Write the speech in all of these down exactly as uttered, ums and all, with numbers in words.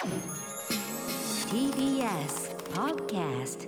ティービーエス Podcast。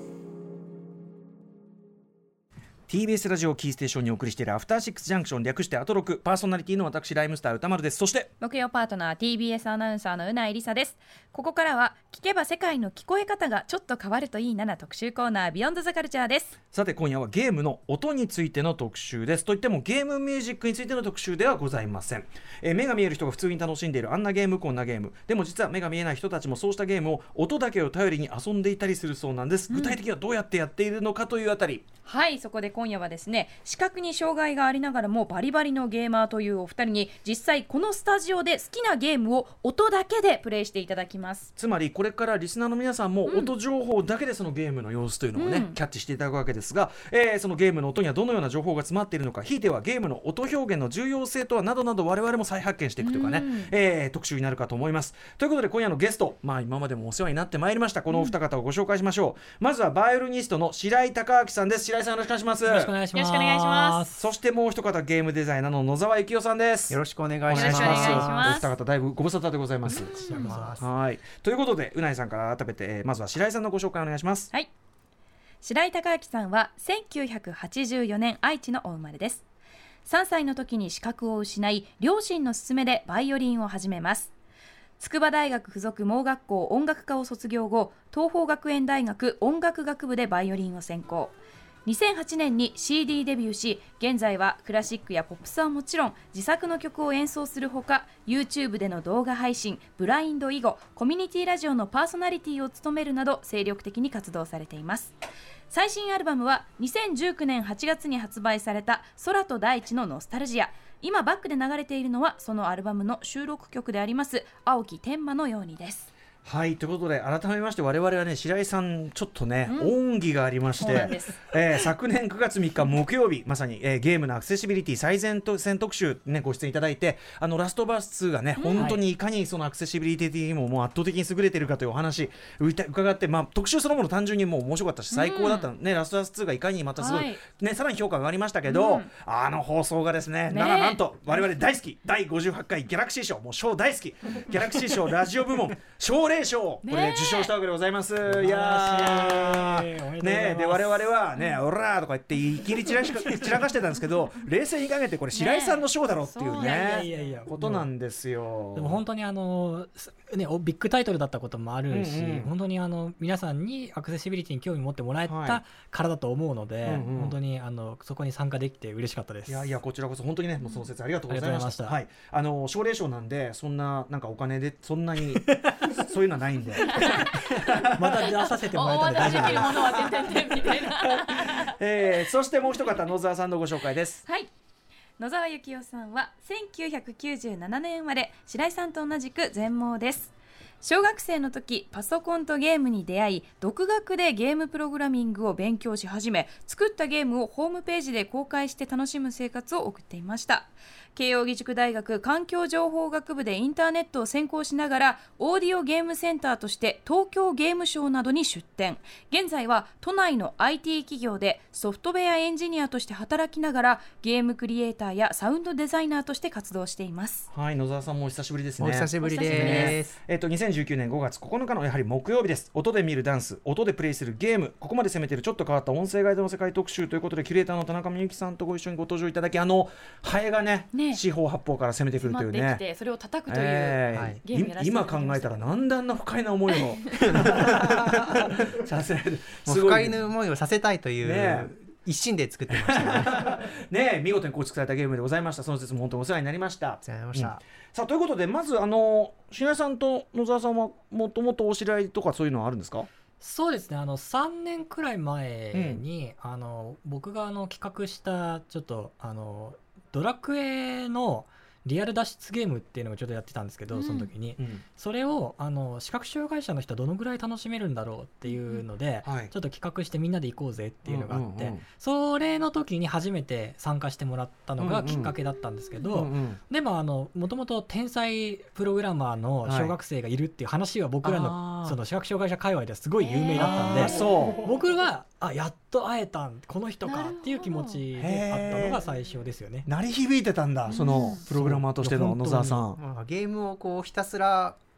ティービーエス ラジオキーステーションにお送りしているアフターシックスジャンクション、略してアトロク。パーソナリティの私ライムスター歌丸です。そして木曜パートナー ティービーエス アナウンサーのうないりさです。ここからは聞けば世界の聞こえ方がちょっと変わるといいなな特集コーナービヨンドザカルチャーです。 さて今夜はゲームの音についての特集です。といってもゲームミュージックについての特集ではございません。えー目が見える人が普通に楽しんでいるあんなゲームこんなゲームでも、実は目が見えない人たちもそうしたゲームを音だけを頼りに遊んでいたりするそうなんです。具体的にはどうやってやっているのかというあたり、 はい、そこで今夜はですね、視覚に障害がありながらもバリバリのゲーマーというお二人に実際このスタジオで好きなゲームを音だけでプレイしていただきます。 つまりこれからリスナーの皆さんも音情報だけでそのゲームの様子というのをね、 うんキャッチしていただくわけですが、えーそのゲームの音にはどのような情報が詰まっているのか、ひいてはゲームの音表現の重要性とはなどなど我々も再発見していくというかね、 うんえー特集になるかと思います。ということで今夜のゲスト、まあ今までもお世話になってまいりましたこのお二方をご紹介しましょう。まずはバイオリニストの白井貴明さんです。白井さんよろしくお願いします。 よろしくお願いします。 よろしくお願いします。 そしてもう一方ゲームデザイナーの野沢幸雄さんです。 よろしくお願いします。 よろしくお願いしますお二方だいぶご無沙汰でございます。はいということでうないさんから改めて、えーまずは白井さんのご紹介お願いします。 はい、白井貴明さんはせんきゅうひゃくはちじゅうよねん愛知のお生まれです。さんさいの時に視覚を失い、両親の勧めでバイオリンを始めます。筑波大学附属盲学校音楽科を卒業後、東邦学園大学音楽学部でバイオリンを専攻。にせんはちねんに シーディー デビューし、現在はクラシックやポップスはもちろん自作の曲を演奏するほか、 YouTube での動画配信、ブラインド囲碁、コミュニティラジオのパーソナリティを務めるなど精力的に活動されています。最新アルバムはにせんじゅうきゅうねんはちがつに発売された空と大地のノスタルジア。今バックで流れているのはそのアルバムの収録曲であります青木天馬のようにです。 はいということで改めまして我々はね、白井さんちょっとね、 うん、 恩義がありまして、えー、昨年くがつみっか木曜日まさに、えー、ゲームのアクセシビリティ最前線特集、ね、ご出演いただいて、あのラストバースツーがね、うん、本当にいかにそのアクセシビリティ的にももう圧倒的に優れているかというお話伺って、まあ、特集そのもの単純にもう面白かったし最高だったの、うんね、ラストバースツーがいかにまたすごい、はいね、さらに評価が上がりましたけど、うん、あの放送がですね、ねならなんと我々大好きだいごじゅうはちかいギャラクシー賞、もう賞大好きギャラクシー賞ラジオ部門奨励賞をこれ、ね受賞したわけでございます。いやーねで我々はね、オラーとか言っていきり散らし散らかしてたんですけど、冷静に考えてこれ白井さんの賞だろっていうねことなんですよ。 でも本当にあのねビッグタイトルだったこともあるし、うんうん、本当にあの皆さんにアクセシビリティに興味持ってもらえたからだと思うので、はいうんうん、本当にあのそこに参加できて嬉しかったです。 いやいやこちらこそ本当にねもうその説ありがとうございました。はい、あの奨励賞なんでそんななんかお金でそんなにそういうのはないんで。 また出させてもらえたら大丈夫です。お渡しできるものは全然みたいな、 えー、そしてもう一方野沢さんのご紹介です。 はい、野沢幸雄さんはせんきゅうひゃくきゅうじゅうななねん生まれ、白井さんと同じく全盲です。小学生の時パソコンとゲームに出会い、独学でゲームプログラミングを勉強し始め、作ったゲームをホームページで公開して楽しむ生活を送っていました。慶應義塾大学環境情報学部でインターネットを専攻しながら、オーディオゲームセンターとして東京ゲームショウなどに出展。現在は都内の アイティー 企業でソフトウェアエンジニアとして働きながら、ゲームクリエイターやサウンドデザイナーとして活動しています。 はい、野沢さんもお久しぶりですね。 お久しぶりです。 えっとにせんじゅうきゅうねんごがつここのかのやはり木曜日です。音で見るダンス、音でプレイするゲーム、ここまで攻めてるちょっと変わった音声ガイドの世界特集ということで、キュレーターの田中美幸さんとご一緒にご登場いただき、あのハエがね四方八方から攻めてくるというね、 ってきてそれを叩くという、 えーはい、ゲームやらせていただきました。今考えたらなんであんな不快な思いをさせるすごい不快な思いをさせたいという、ね、一心で作ってましたねね見事に構築されたゲームでございました。その説も本当にお世話になりました。 お世話になりました、うん、 さあということでまずあの白井さんと野沢さんはもともとお知り合いとかそういうのはあるんですか？ そうですね、あのさんねんくらい前に、うん、あの僕があの企画したちょっとあのドラクエのリアル脱出ゲームっていうのをちょっとやってたんですけど、うん、その時に、うん、それをあの視覚障害者の人はどのぐらい楽しめるんだろうっていうので、うんはい、ちょっと企画してみんなで行こうぜっていうのがあって、うんうんうん、それの時に初めて参加してもらったのがきっかけだったんですけど、うんうん、でもあのもともと天才プログラマーの小学生がいるっていう話は僕らの、はい、その視覚障害者界隈ではすごい有名だったんで、そう僕はあやっと会えたこの人かっていう気持ちであったのが最初ですよね。 鳴り響いてたんだそのプログラマーとしての野沢さん、 まあ、ゲームをこうひたすら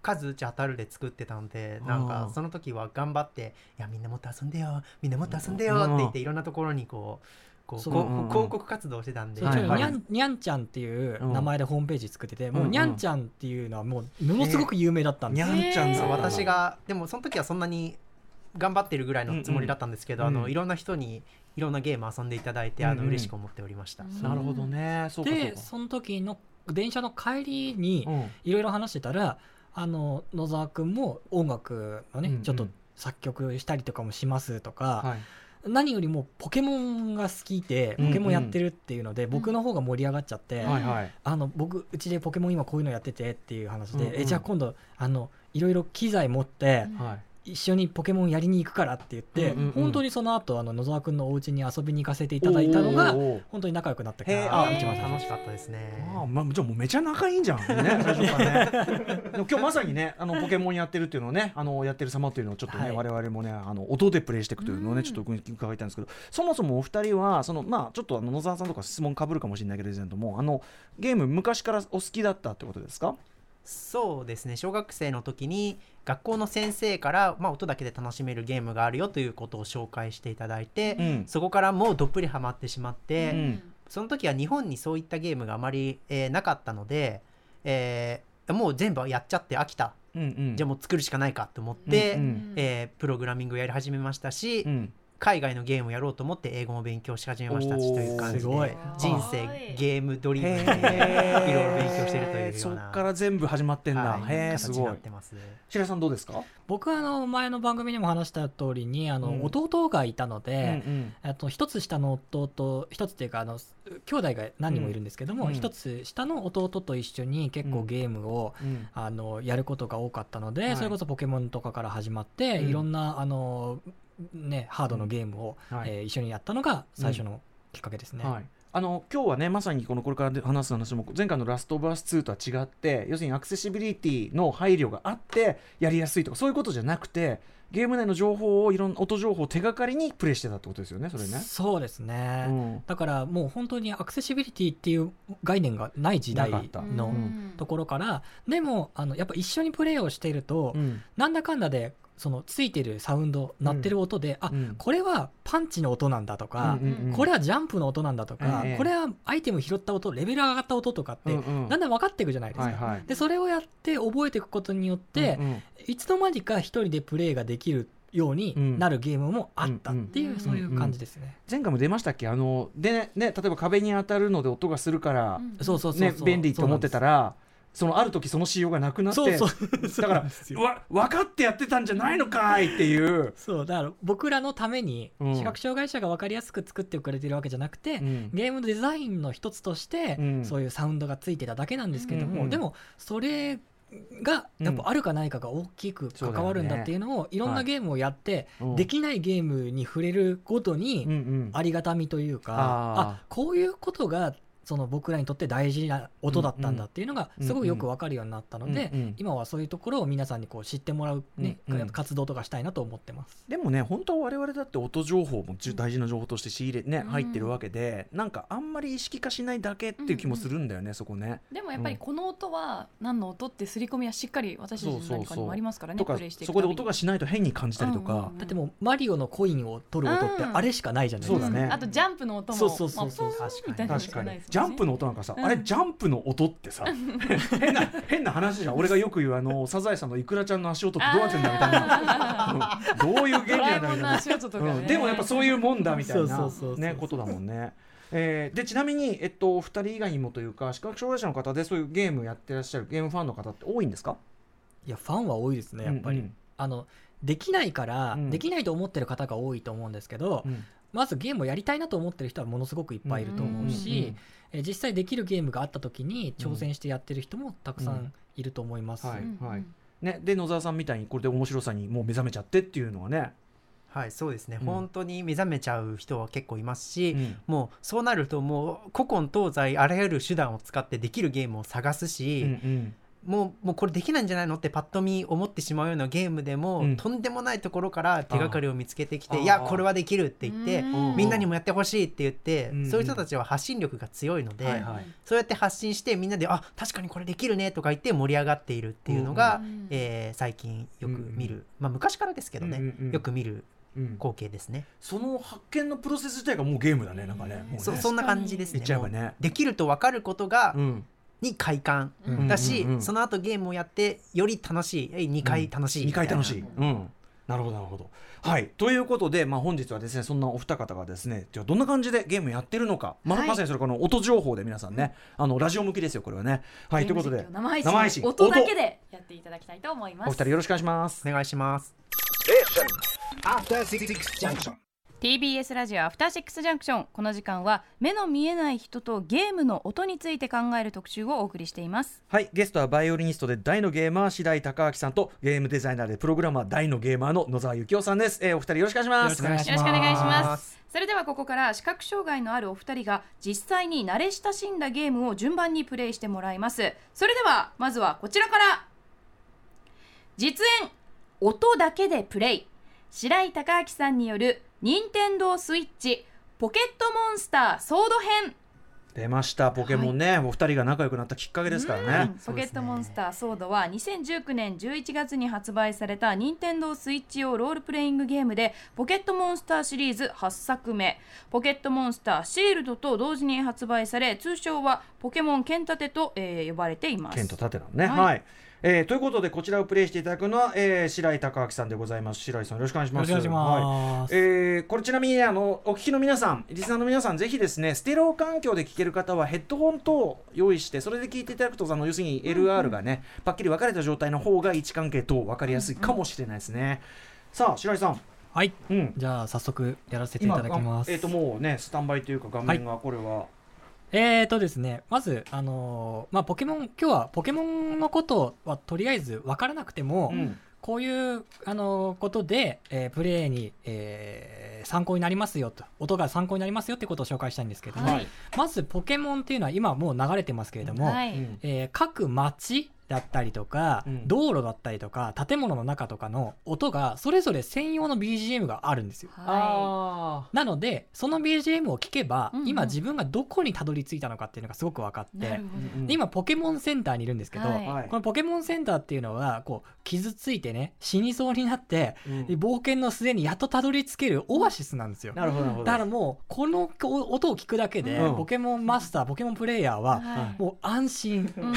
数打ち当たるで作ってたので、なんかその時は頑張っていやみんなもっと遊んでよみんなもっと遊んでよって言っていろんなところにこうこうこう広告活動してたんで、 そうにゃんにゃんちゃんっていう名前でホームページ作ってて、もうにゃんちゃんっていうのはもうものすごく有名だったんですよ、 にゃんちゃんそう私がでもその時はそんなに頑張ってるぐらいのつもりだったんですけど、 うんうん、 あのいろんな人にいろんなゲーム遊んでいただいて、あの嬉しく思っておりました、 うんうん、なるほどね。そうかそうか。 でその時の電車の帰りにいろいろ話してたら、あの野沢くんも音楽のね、うんうん、ちょっと作曲したりとかもしますとか、はい、何よりもポケモンが好きでポケモンやってるっていうので、うんうん、僕の方が盛り上がっちゃって、うんうん、あの僕うちでポケモン今こういうのやっててっていう話で、うんうん、えじゃあ今度あのいろいろ機材持って、うん、はい一緒にポケモンやりに行くからって言って、うんうんうん、本当にその後あの野沢くんのお家に遊びに行かせていただいたのが本当に仲良くなってから一番楽しかったですね。 あ、まあ、じゃあもうめちゃ仲いいんじゃん、ね、最初からねでも今日まさにねあのポケモンやってるっていうのをねあのやってる様というのをちょっとね、はい、我々もねあの音でプレイしていくというのをねちょっと伺いたいんですけど、そもそもお二人はそのまあちょっとあの野沢さんとか質問被るかもしれないけれども、あのゲーム昔からお好きだったってことですか？ そうですね、小学生の時に学校の先生から、まあ、音だけで楽しめるゲームがあるよということを紹介していただいて、うん、そこからもうどっぷりハマってしまって、うん、その時は日本にそういったゲームがあまり、えー、なかったので、えー、もう全部やっちゃって飽きた、うんうん、じゃあもう作るしかないかと思って、うんうんえー、プログラミングをやり始めましたし、うん海外のゲームをやろうと思って英語も勉強し始めましたしという感じで人生ゲームドリームでいろいろ勉強しているというようなそっから全部始まってんだ、はい、へーすごい。白さんどうですか？ 僕はあの前の番組にも話した通りにあの、うん、弟がいたので、うんうん、あと一つ下の弟一つっていうかあの兄弟が何人もいるんですけども、うん、一つ下の弟と一緒に結構ゲームを、うん、あのやることが多かったので、はい、それこそポケモンとかから始まって、うん、いろんなあのね、ハードのゲームを、うんはいえー、一緒にやったのが最初のきっかけですね、うんはい、 あの今日はねまさにこのこれから話す話も前回のラストオブアスツーとは違って要するにアクセシビリティの配慮があってやりやすいとかそういうことじゃなくてゲーム内の情報をいろんな音情報を手がかりにプレイしてたってことですよねそれね。 そうですね、うん、だからもう本当にアクセシビリティっていう概念がない時代のところからでもあのやっぱ一緒にプレイをしていると、うん、なんだかんだでそのついてるサウンド鳴ってる音で、うん、あ、うん、これはパンチの音なんだとか、うんうんうん、これはジャンプの音なんだとか、ええ、これはアイテム拾った音レベル上がった音とかって、うんうん、だんだん分かっていくじゃないですか、はいはい、でそれをやって覚えていくことによって、うんうん、いつの間にか一人でプレイができるようになるゲームもあったっていう、うんうん、そういう感じですね。 前回も出ましたっけあので、ね、例えば壁に当たるので音がするから、うんそうそうそうそうね、便利と思ってたらそのある時その仕様がなくなってそうそうだからわ分かってやってたんじゃないのかいっていうそうだから僕らのために視覚障害者が分かりやすく作ってくれてるわけじゃなくて、うん、ゲームデザインの一つとして、うん、そういうサウンドがついてただけなんですけども、うんうん、でもそれがやっぱあるかないかが大きく関わるんだっていうのをいろんなゲームをやってできないゲームに触れるごとにありがたみというか、あこういうことがその僕らにとって大事な音だったんだっていうのがすごくよく分かるようになったので、うんうん、今はそういうところを皆さんにこう知ってもらう、ねうんうん、活動とかしたいなと思ってます。 でもね本当は我々だって音情報も大事な情報として仕入れ、ね、入ってるわけで、うん、なんかあんまり意識化しないだけっていう気もするんだよね、うんうん、そこね。 でもやっぱりこの音は何の音って刷り込みはしっかり私たちの何かにもありますからね。 そうそうそうプレイしていくそこで音がしないと変に感じたりとか、うんうんうん、 だってもうマリオのコインを取る音ってあれしかないじゃないですか、 うん、そうだね。 あとジャンプの音もそうそうそうそう、 まあ、みたいなのしかないですね。 ジャンプの音なんかさ、うん、あれジャンプの音ってさ変な変な話じゃん。俺がよく言うあのサザエさんのイクラちゃんの足音ってどうやってんだみたいなどういう原理なんだみたいな、ねうん、でもやっぱそういうもんだみたいなねことだもんね。えー、でちなみに、えっと、ふたり以外にもというか視覚障害者の方でそういうゲームやってらっしゃるゲームファンの方って多いんですか？ いやファンは多いですねやっぱり、うんうん、あのできないから、うん、できないと思ってる方が多いと思うんですけど、うん、まずゲームをやりたいなと思ってる人はものすごくいっぱいいると思うし、うんうんうんえ実際できるゲームがあった時に挑戦してやってる人もたくさんいると思います、うんうんはいはいね、で野沢さんみたいにこれで面白さにもう目覚めちゃってっていうのはねはいそうですね、うん、本当に目覚めちゃう人は結構いますし、うん、もうそうなるともう古今東西あらゆる手段を使ってできるゲームを探すし、うんうんもうもうこれできないんじゃないのってパッと見思ってしまうようなゲームでも、うん、とんでもないところから手がかりを見つけてきて、いやこれはできるって言ってみんなにもやってほしいって言って、うん、そういう人たちは発信力が強いので、はいはい、そうやって発信してみんなであ確かにこれできるねとか言って盛り上がっているっていうのが、うんえー、最近よく見る、うんまあ、昔からですけどね、うんうん、よく見る光景ですね、 うん、その発見のプロセス自体がもうゲームだねなんか ね, もうねそ, そんな感じです ね, ねできると分かることが、うんに快感だし、うんうんうん、その後ゲームをやってより楽しいにかい楽しい、 うん、にかい楽しい、うん、なるほどなるほど。はいということで、まあ、本日はですねそんなお二方がですねじゃあどんな感じでゲームやってるのか、まはい、まさにそれこの音情報で皆さんね、うん、あのラジオ向きですよこれはね。はいということで生配信、生配信音だけでやっていただきたいと思います。 お二人よろしくお願いします。 お願いします。 ティービーエス ラジオアフターシックスジャンクション。この時間は目の見えない人とゲームの音について考える特集をお送りしています。 はいゲストはバイオリニストで大のゲーマー白井貴明さんとゲームデザイナーでプログラマー大のゲーマーの野沢幸雄さんです、えー、お二人よろしくお願いします。 よろしくお願いします。それではここから視覚障害のあるお二人が実際に慣れ親しんだゲームを順番にプレイしてもらいます。それではまずはこちらから。実演音だけでプレイ、白井貴明さんによる任天堂スイッチポケットモンスターソード編。 出ましたポケモンね、はい、お二人が仲良くなったきっかけですからね。 ポケットモンスターソードはにせんじゅうきゅうねんじゅういちがつに発売された任天堂スイッチ用ロールプレイングゲームで、ポケットモンスターシリーズはっさくめ、ポケットモンスターシールドと同時に発売され、通称はポケモン剣盾と、えー、呼ばれています。 剣と盾なのね、はい、はいえー、ということでこちらをプレイしていただくのは、えー、白井貴明さんでございます。白井さんよろしくお願いします。 よろしくお願いします、 はいえー、これちなみにあのお聞きの皆さんリスナーの皆さんぜひですねステレオ環境で聞ける方はヘッドホン等を用意してそれで聞いていただくとあの要するに エルアール がね、うんうん、パッキリ分かれた状態の方が位置関係等分かりやすいかもしれないですね、うんうん、さあ白井さんはい、うん、じゃあ早速やらせていただきます。 えー、ともうねスタンバイというか画面がこれは、はいえーとですね、まず、あのーまあ、ポケモン、今日はポケモンのことはとりあえず分からなくても、うん、こういう、あのーことで、えー、プレイに、えー、参考になりますよと、音が参考になりますよってことを紹介したいんですけども、はい、まずポケモンっていうのは今もう流れてますけれども、はいえー、各町だったりとか、うん、道路だったりとか建物の中とかの音がそれぞれ専用の ビージーエム があるんですよ、はい、なのでその ビージーエム を聞けば、うんうん、今自分がどこにたどり着いたのかっていうのがすごく分かって、で今ポケモンセンターにいるんですけど、はい、このポケモンセンターっていうのはこう傷ついてね死にそうになって、うん、冒険の末にやっとたどり着けるオアシスなんですよ。 なるほどなるほど。 だからもうこの音を聞くだけで、うん、ポケモンマスターポケモンプレイヤーはもう安心、うん、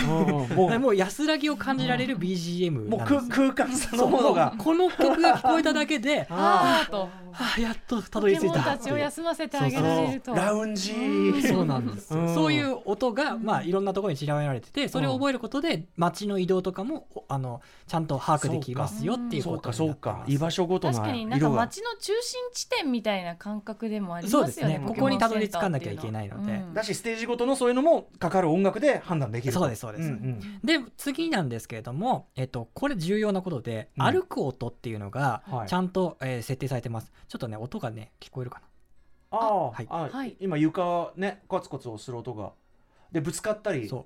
もうもう安らぎを感じられる ビージーエム なんですよ。 もう空間そのものがこの曲が聞こえただけであーとはあやっとたどり着いた。 ポケモンたちを休ませてあげられると。 ラウンジそうなんですよ。そういう音が、まあ、いろんなところに散らばられてて、それを覚えることで街の移動とかもあのちゃんと把握できますよっていうことになってます。 そうかそうか居場所ごとの色が確かになんか街の中心地点みたいな感覚でもありますよね。 そうですね。ここにたどり着かなきゃいけないので、うん、 だしステージごとのそういうのもかかる音楽で判断できる。 そうですそうです、うんうん、で次なんですけれども、えっと、これ重要なことで、うん、歩く音っていうのがちゃんと、はいえー、設定されてます。ちょっとね音がね聞こえるかな。 ああ、はいあはい、今床ねコツコツをする音がでぶつかったりそう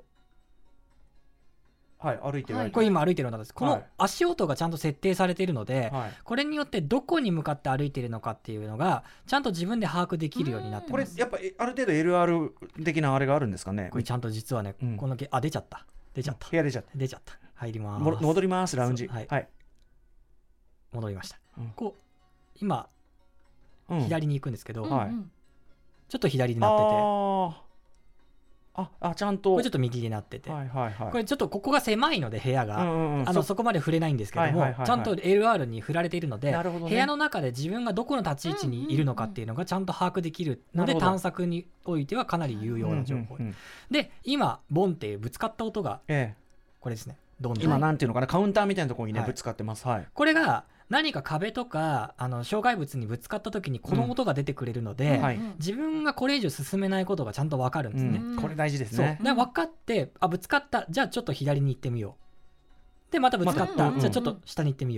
はい歩いてる、はい、 これ今歩いてるんです。この足音がちゃんと設定されているので、はい、これによってどこに向かって歩いているのかっていうのがちゃんと自分で把握できるようになってます。 これやっぱある程度 エルアール 的なあれがあるんですかね。 これちゃんと実はね、うん、このあ出ちゃった出ちゃった部屋出ちゃった出ちゃった入ります。 戻りますラウンジ、はいはい、 戻りました、うん、こう今、うん、左に行くんですけど、はい、ちょっと左になっててああちゃんとこれちょっと右になってて、はいはいはい、これちょっとここが狭いので部屋が、うんうんうん、あの そ, そこまで触れないんですけども、はいはいはいはい、ちゃんと エルアール に振られているので、ね、部屋の中で自分がどこの立ち位置にいるのかっていうのがちゃんと把握できるので、探索においてはかなり有用な情報、うんうんうん、で今ボンっていうぶつかった音が、ええ、これですねどんどん今なんていうのかなカウンターみたいなところにね、はい、ぶつかってます、はい、 これが何か壁とかあの障害物にぶつかった時にこの音が出てくれるので、うんはい、自分がこれ以上進めないことがちゃんと分かるんですね、 うん、これ大事ですね。 そうで分かってあぶつかったじゃあちょっと左に行ってみようでまたぶつかった、うん、じゃあちょっと下に行ってみよ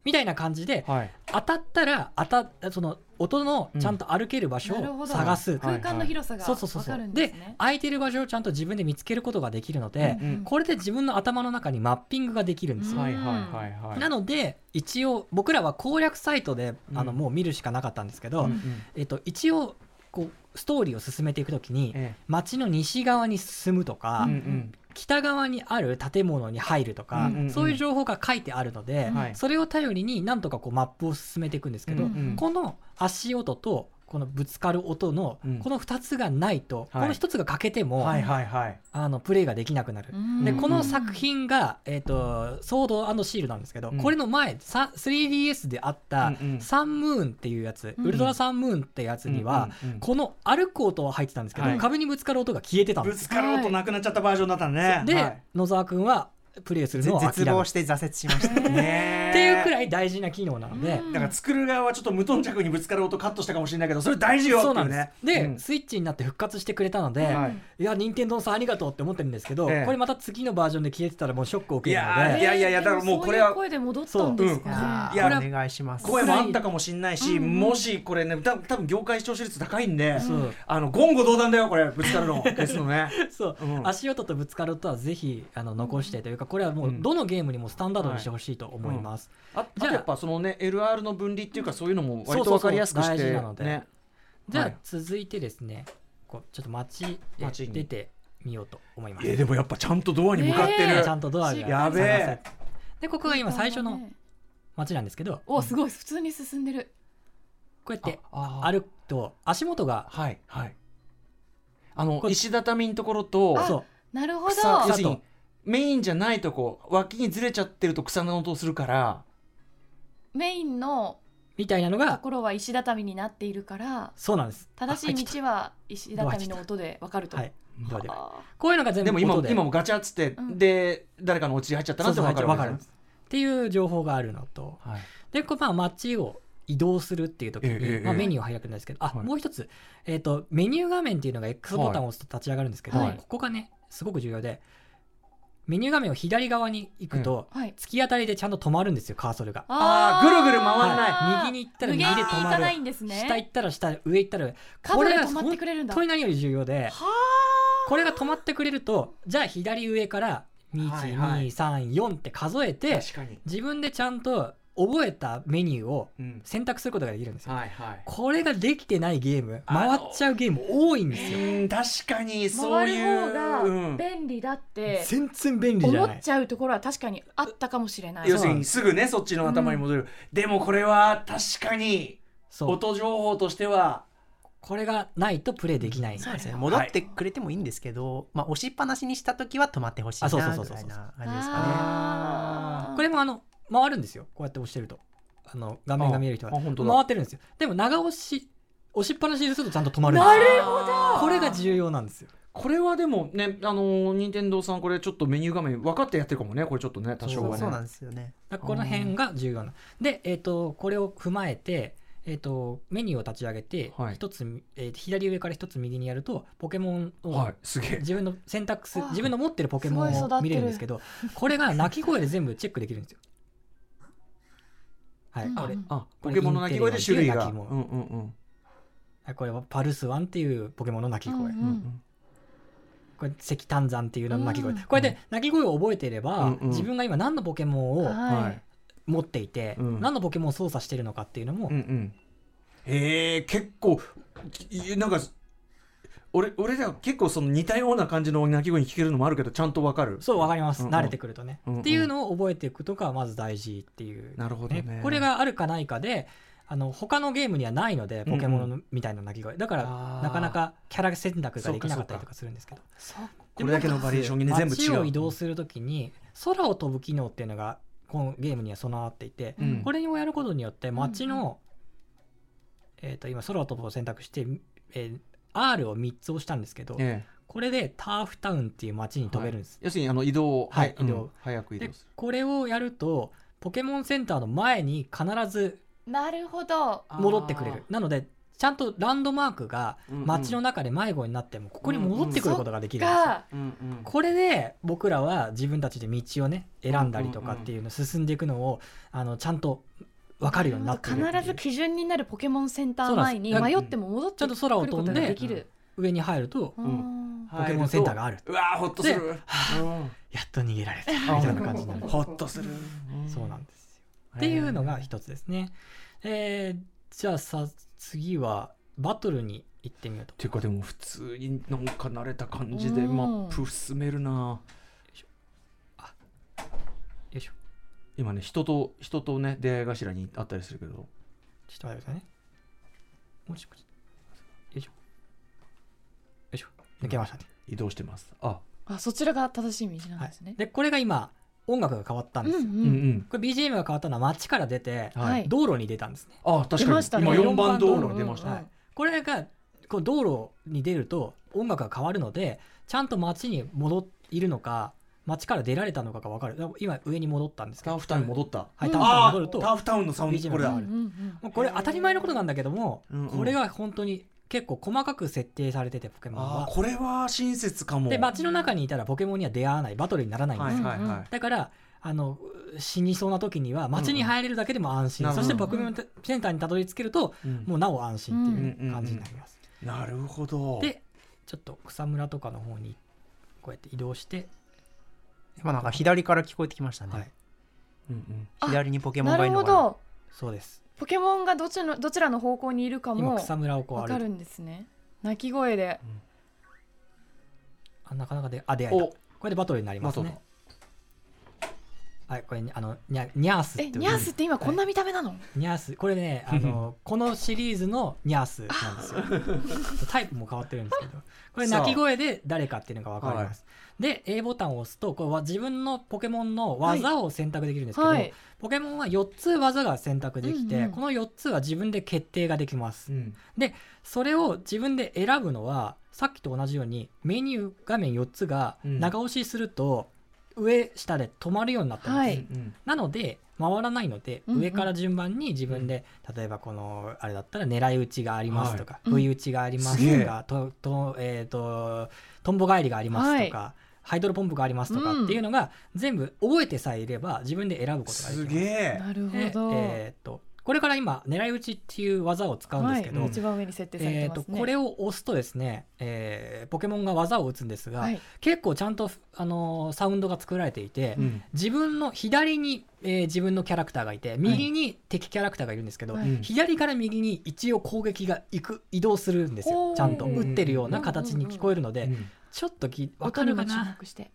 みたいな感じで、 はい、 当たったら当たその音のちゃんと歩ける場所を探す、 うん、空間の広さが分かるんですね。 で空いてる場所をちゃんと自分で見つけることができるので、うんうん、これで自分の頭の中にマッピングができるんですよ、 はいはいはいはい、 なので一応僕らは攻略サイトで、うん、あのもう見るしかなかったんですけど、うんうん、えっと、一応こうストーリーを進めていくときに、ええ、街の西側に進むとか、うんうん、北側にある建物に入るとか、うんうんうん、そういう情報が書いてあるので、はい、それを頼りになんとかこうマップを進めていくんですけど、うんうん、この足音とこのぶつかる音のこのふたつがないと、うん、このひとつが欠けても、はいはいはい、あのプレイができなくなる、うん、でこの作品が、えーと、ソード&シールなんですけど、うん、これの前 スリーディーエス であったサンムーンっていうやつ、うん、ウルトラサンムーンってやつには、うんうん、この歩く音は入ってたんですけど、はい、壁にぶつかる音が消えてたんです。 ぶつかる音なくなっちゃったバージョンだったね。 で、 はい、 野沢くんはプレイするのを諦め絶望して挫折しましたねっていうくらい大事な機能なので、 だから作る側はちょっと無頓着にぶつかる音カットしたかもしれないけど、それ大事よっていうね。そうなんです。 で、 うん、 スイッチになって復活してくれたので、はい、いや任天堂さんありがとうって思ってるんですけど、ええ、これまた次のバージョンで消えてたらもうショックを受けるので、 いやいやいや、だからもうこれはそういう声で戻ったんですかね。 いやお願いします。 声もあったかもしれないし、うんうん、もしこれね、た多分業界視聴率高いんで、 うん、 あの言語道断だよこれ、ぶつかるのですのね。 そう、うん、足音とぶつかる音はぜひあの残してというか、これはもうどのゲームにもスタンダードにしてほしいと思います。 はい、うん、あ, あとやっぱそのね エルアール の分離っていうか、そういうのも割と分かりやすくして、 そうそうそう大事なので、ね、じゃあ、はい、続いてですね、こうちょっと街へ出てみようと思います。 えー、でもやっぱちゃんとドアに向かってる、えー、 ちゃんとドアがやべえ。 でここが今最初の街なんですけど、 おすごい普通に進んでる。 こうやって歩くと足元が、 はいはい、あの石畳のところと、 そうなるほど、 草要するにメインじゃないとこ脇にずれちゃってると草の音をするから、 メインのみたいなのがところは石畳になっているから、 そうなんです。 正しい道は石畳の音で分かると。はい、 ドアでこういうのが全部でも今, 今もガチャっつって、うん、で誰かのお家に入っちゃったなって分かる、 分かるっていう情報があるのと、はい、でこう、まあ、街を移動するっていう時に、えーまあ、メニューを開くんですけど、あ、はい、もう一つ、えーと、メニュー画面っていうのが X ボタンを押すと立ち上がるんですけど、はい、ここがねすごく重要で、メニュー画面を左側に行くと、うん、突き当たりでちゃんと止まるんですよ、カーソルが。 ああ、ぐるぐる回らない、 はい、右に行ったら右で止まる、 ね、 下行ったら下、上行ったらこれが本当に何より重要で、これが止まってくれると、じゃあ左上からいち、に、さん、よんって数えて、自分でちゃんと覚えたメニューを選択することができるんですよ、うんはいはい、これができてないゲーム、回っちゃうゲーム多いんですよ。 うん確かにそういう回る方が便利だって、 全然便利じゃない思っちゃうところは確かにあったかもしれない。 要するにすぐねそっちの頭に戻る、うん、でもこれは確かに音情報としてはこれがないとプレイできないんで、 そうですね、戻ってくれてもいいんですけど、はい、まあ、押しっぱなしにしたときは止まってほしいなぐらいな感じですかね。 これもあの回るんですよ、こうやって押してるとあの画面が見える人は回ってるんですよ。でも長押し押しっぱなしにするとちゃんと止まるんです。 なるほど、 これが重要なんですよ。 これはでもね、あの任天堂さんこれちょっとメニュー画面分かってやってるかもね、これちょっとね多少はね。 そうなんですよね。 この辺が重要なで、えーと、これを踏まえて、えーと、メニューを立ち上げて、はい、一つ、えー、左上から一つ右にやるとポケモンを、はい、すげえ自分の選択す自分の持ってるポケモンを見れるんですけど、これが鳴き声で全部チェックできるんですよ。はい、これあポケモンの鳴き声で種類が、うんうんうん、 これはパルスワンっていうポケモンの鳴き声、うんうん、これ石炭山っていうのの鳴き声、うん、これで鳴き声を覚えていれば、うんうん、自分が今何のポケモンを、はい、持っていて、うん、何のポケモンを操作しているのかっていうのも、うんうん、 へえ結構なんか俺俺ら結構その似たような感じの鳴き声に聞けるのもあるけどちゃんと分かる。 そう分かります、うんうん、慣れてくるとね、うんうん、っていうのを覚えていくとかはまず大事っていう、ね、 なるほどね。 これがあるかないかであの他のゲームにはないのでポケモンみたいな鳴き声、うんうん、だからなかなかキャラ選択ができなかったりとかするんですけど、 これだけのバリエーションにね全部違う。 街を移動するときに空を飛ぶ機能っていうのがこのゲームには備わっていて、うん、これをやることによって街の、うんえー、と今空を飛ぶを選択して、えーアール をみっつ押したんですけど、ええ、これでターフタウンっていう街に飛べるんです、 はい、要するにあの移動、 はい、移動、うん、 早く移動する。 でこれをやるとポケモンセンターの前に必ずなるほど戻ってくれる。なのでちゃんとランドマークが街の中で迷子になってもここに戻ってくることができるんですよ、 うんうん、 これで僕らは自分たちで道をね選んだりとかっていうのを進んでいくのをあのちゃんと分かるようになってるっていう。 必ず基準になるポケモンセンター前に迷っても戻ってくることができる。 上に入ると、うん、ポケモンセンターがある。 うわーほっとする、 はあ、やっと逃げられたみたいな感じになる。 ほっとする、 そうなんですよっていうのが一つですね。えー、じゃあさ次はバトルに行ってみようと。 ていうかでも普通になんか慣れた感じでマップ進めるな。よいしょ、あ、よいしょ。 今ね人と人とね出会い頭にあったりするけど、 ちょっと待ってくださいね。もうちょっとよいしょよいしょ、抜けましたね。 移動してます。ああ、そちらが正しい道なんですね、 はい、でこれが今音楽が変わったんですよ、 うんうん、 これ ビージーエム が変わったのは街から出て、 はい、 道路に出たんですね。 あ、確かに、 ね、 今よんばん道路に出ました、 うんうん、 はい、これがこう道路に出ると音楽が変わるのでちゃんと街に戻いるのか街から出られたのかが分かる。今上に戻ったんですけど、 ターフタウンに戻った、 はい、ターフタウンに戻るとターフタウンのサウンドこれだ、 うんうんうん、 もうこれ当たり前のことなんだけども、 うんうん、 これが本当に結構細かく設定されてて、ポケモンは。 あ、これは親切かも。 で街の中にいたらポケモンには出会わない、バトルにならないんですよ、 はいはいはい、 だからあの死にそうな時には街に入れるだけでも安心、うん、そしてポケモンセンターにたどり着けると、うん、もうなお安心っていう感じになります、 うんうんうん、なるほど。 でちょっと草むらとかの方にこうやって移動して、 今なんか左から聞こえてきましたね、はい、うんうん、左にポケモンがいるのかな。 なるほど、 そうです。 ポケモンがどちのどちらの方向にいるかも今草むらをこう歩いて分かるんですね。鳴き声で、 うん、あ、なかなかで、あ、出会えた。これでバトルになりますね。はい、これあのニャニャースってえニャースって今こんな見た目なの、はい、 ニャースこれね、あのこのシリーズのニャースなんですよタイプも変わってるんですけど、これ鳴き声で誰かっていうのが分かります。で A ボタンを押すとこれは自分のポケモンの技を選択できるんですけど、はい、ポケモンはよっつ技が選択できて、うんうん、このよっつは自分で決定ができます、うん、でそれを自分で選ぶのはさっきと同じようにメニュー画面よっつが長押しすると、うん、上下で止まるようになってます、はい、なので回らないので、うんうん、上から順番に自分で、うん、例えばこのあれだったら狙い撃ちがありますとか、はい、不意打ちがありますとか、とと、えー、とトンボ返りがありますとか、はい、ハイドロポンプがありますとかっていうのが全部覚えてさえいれば自分で選ぶことができます。 すげえ。 なるほど。 えー、とこれから今狙い撃ちっていう技を使うんですけど、 はい、一番上に設定されてますね。 えー、とこれを押すとですね、えー、ポケモンが技を打つんですが、はい、結構ちゃんと、あのー、サウンドが作られていて、うん、自分の左に、えー、自分のキャラクターがいて右に敵キャラクターがいるんですけど、はい、左から右に一応攻撃がいく移動するんですよ。ちゃんと打ってるような形に聞こえるので、うんうんうん、ちょっとき分かるかな。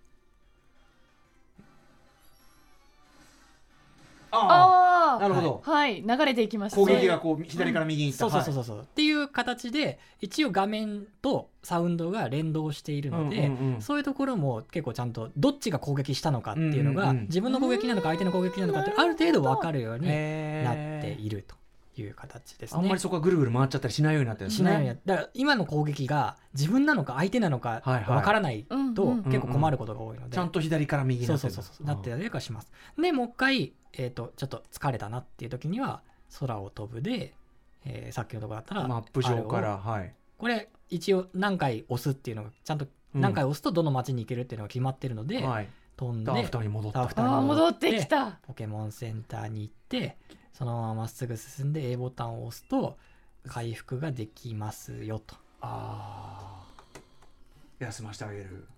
ああ、 なるほど、 はい、流れていきました。 攻撃がこう左から右に行った、 うん、そうそうそうそう、はい、っていう形で一応画面とサウンドが連動しているので、うんうんうん、そういうところも結構ちゃんとどっちが攻撃したのかっていうのが、うんうんうん、自分の攻撃なのか相手の攻撃なのかってある程度分かるようになっているという形ですね。 あんまりそこはぐるぐる回っちゃったりしないようになってるんですね。 しないようにだから今の攻撃が自分なのか相手なのか分からないと結構困ることが多いので、はいはい、 ちゃんと左から右になってる、 そうそうそうなってたりとかします。でもう一回、えー、とちょっと疲れたなっていう時には空を飛ぶで、えー、さっきのとこだったらマップ上から、はい、 これ一応何回押すっていうのがちゃんと何回押すとどの街に行けるっていうのが決まってるので、うん、はい、飛んでターフタウンに戻った、 あ戻ってきた。 ポケモンセンターに行ってそのまままっすぐ進んで A ボタンを押すと回復ができますよと。 あー、休ませてあげる。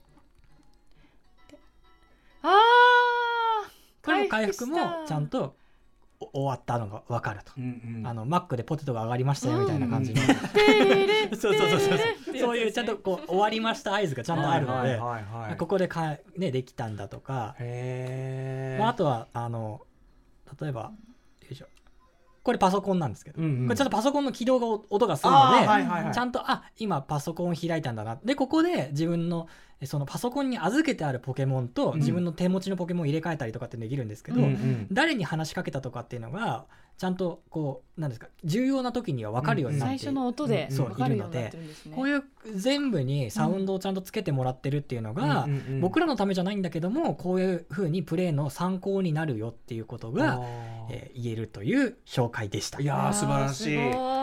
あー、 これも回復もちゃんと終わったのが分かると、うんうん、あのマックでポテトが上がりましたよみたいな感じの、うん、そうそうそうそうそういうちゃんとこう終わりました合図がちゃんとあるので、はいはいはいはい、ここでか、ね、できたんだとか、へー、まあ、あとはあの例えばよいしょこれパソコンなんですけど、うんうん、これちゃんとパソコンの起動が音がするので、はいはいはい、ちゃんとあ今パソコンを開いたんだなでここで自分のそのパソコンに預けてあるポケモンと自分の手持ちのポケモンを入れ替えたりとかってできるんですけど、うんうん、誰に話しかけたとかっていうのがちゃんとこうなんですか重要な時には分かるようになって、うん、 最初の音で分かるようになってるんですね。 こういう全部にサウンドをちゃんとつけてもらってるっていうのが、うんうんうん、僕らのためじゃないんだけどもこういう風にプレイの参考になるよっていうことが、えー、言えるという紹介でした。 いやー素晴らしい。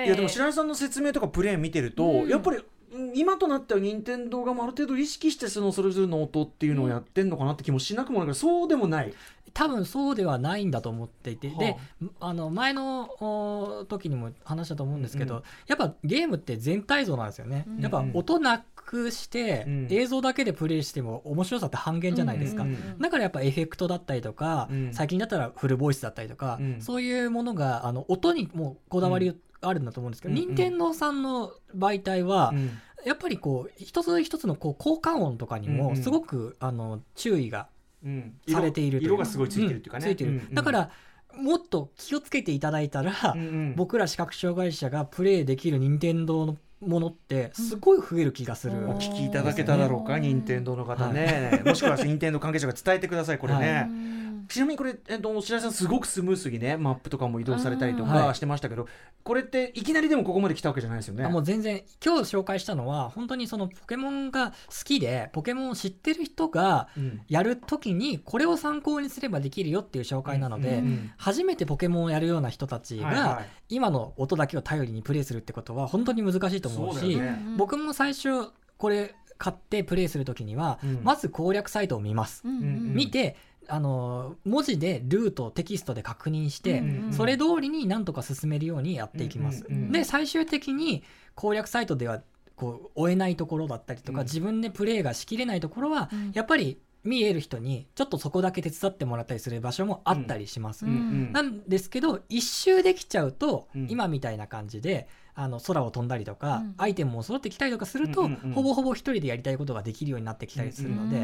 いやでも白井さんの説明とかプレー見てると、うん、やっぱり今となっては任天堂がある程度意識してそのそれぞれの音っていうのをやってんのかなって気もしなくもないけど、そうでもない。 多分そうではないんだと思っていて、はあ、であの前の時にも話したと思うんですけど、うんうん、やっぱゲームって全体像なんですよね、うんうん、やっぱ音なくして、うん、映像だけでプレイしても面白さって半減じゃないですか、うんうんうん、だからやっぱエフェクトだったりとか、うん、最近だったらフルボイスだったりとか、うん、そういうものがあの音にもこだわりあるんだと思うんですけど、任天堂さんの媒体は、うんやっぱりこう一つ一つのこう効果音とかにもすごく、うんうん、あの注意がされているという、 色がすごいついてるっていうかね、 うん、ついてる、うんうん、だからもっと気をつけていただいたら、うんうん、僕ら視覚障害者がプレイできる任天堂のものってすごい増える気がする、うん、 お聞きいただけただろうか、任天堂の方ね、はい、もしくは任天堂関係者が伝えてくださいこれね、はい、ちなみにこれ、えっと、白井さんすごくスムースにねマップとかも移動されたりとかしてましたけど、はい、これっていきなりでもここまで来たわけじゃないですよね。 あもう全然今日紹介したのは本当にそのポケモンが好きでポケモンを知ってる人がやるときにこれを参考にすればできるよっていう紹介なので、うんうん、初めてポケモンをやるような人たちが今の音だけを頼りにプレイするってことは本当に難しいと思うし、そうだよね、僕も最初これ買ってプレイするときには、うん、まず攻略サイトを見ます、うんうん、見てあの文字でルートをテキストで確認して、うんうん、それ通りになんとか進めるようにやっていきます、うんうん、で最終的に攻略サイトではこう追えないところだったりとか、うん、自分でプレイがしきれないところは、うん、やっぱり見える人にちょっとそこだけ手伝ってもらったりする場所もあったりします、うんうん、なんですけど一周できちゃうと、うん、今みたいな感じであの空を飛んだりとか、うん、アイテムも揃ってきたりとかすると、うんうんうん、ほぼほぼ一人でやりたいことができるようになってきたりするので、うんうん、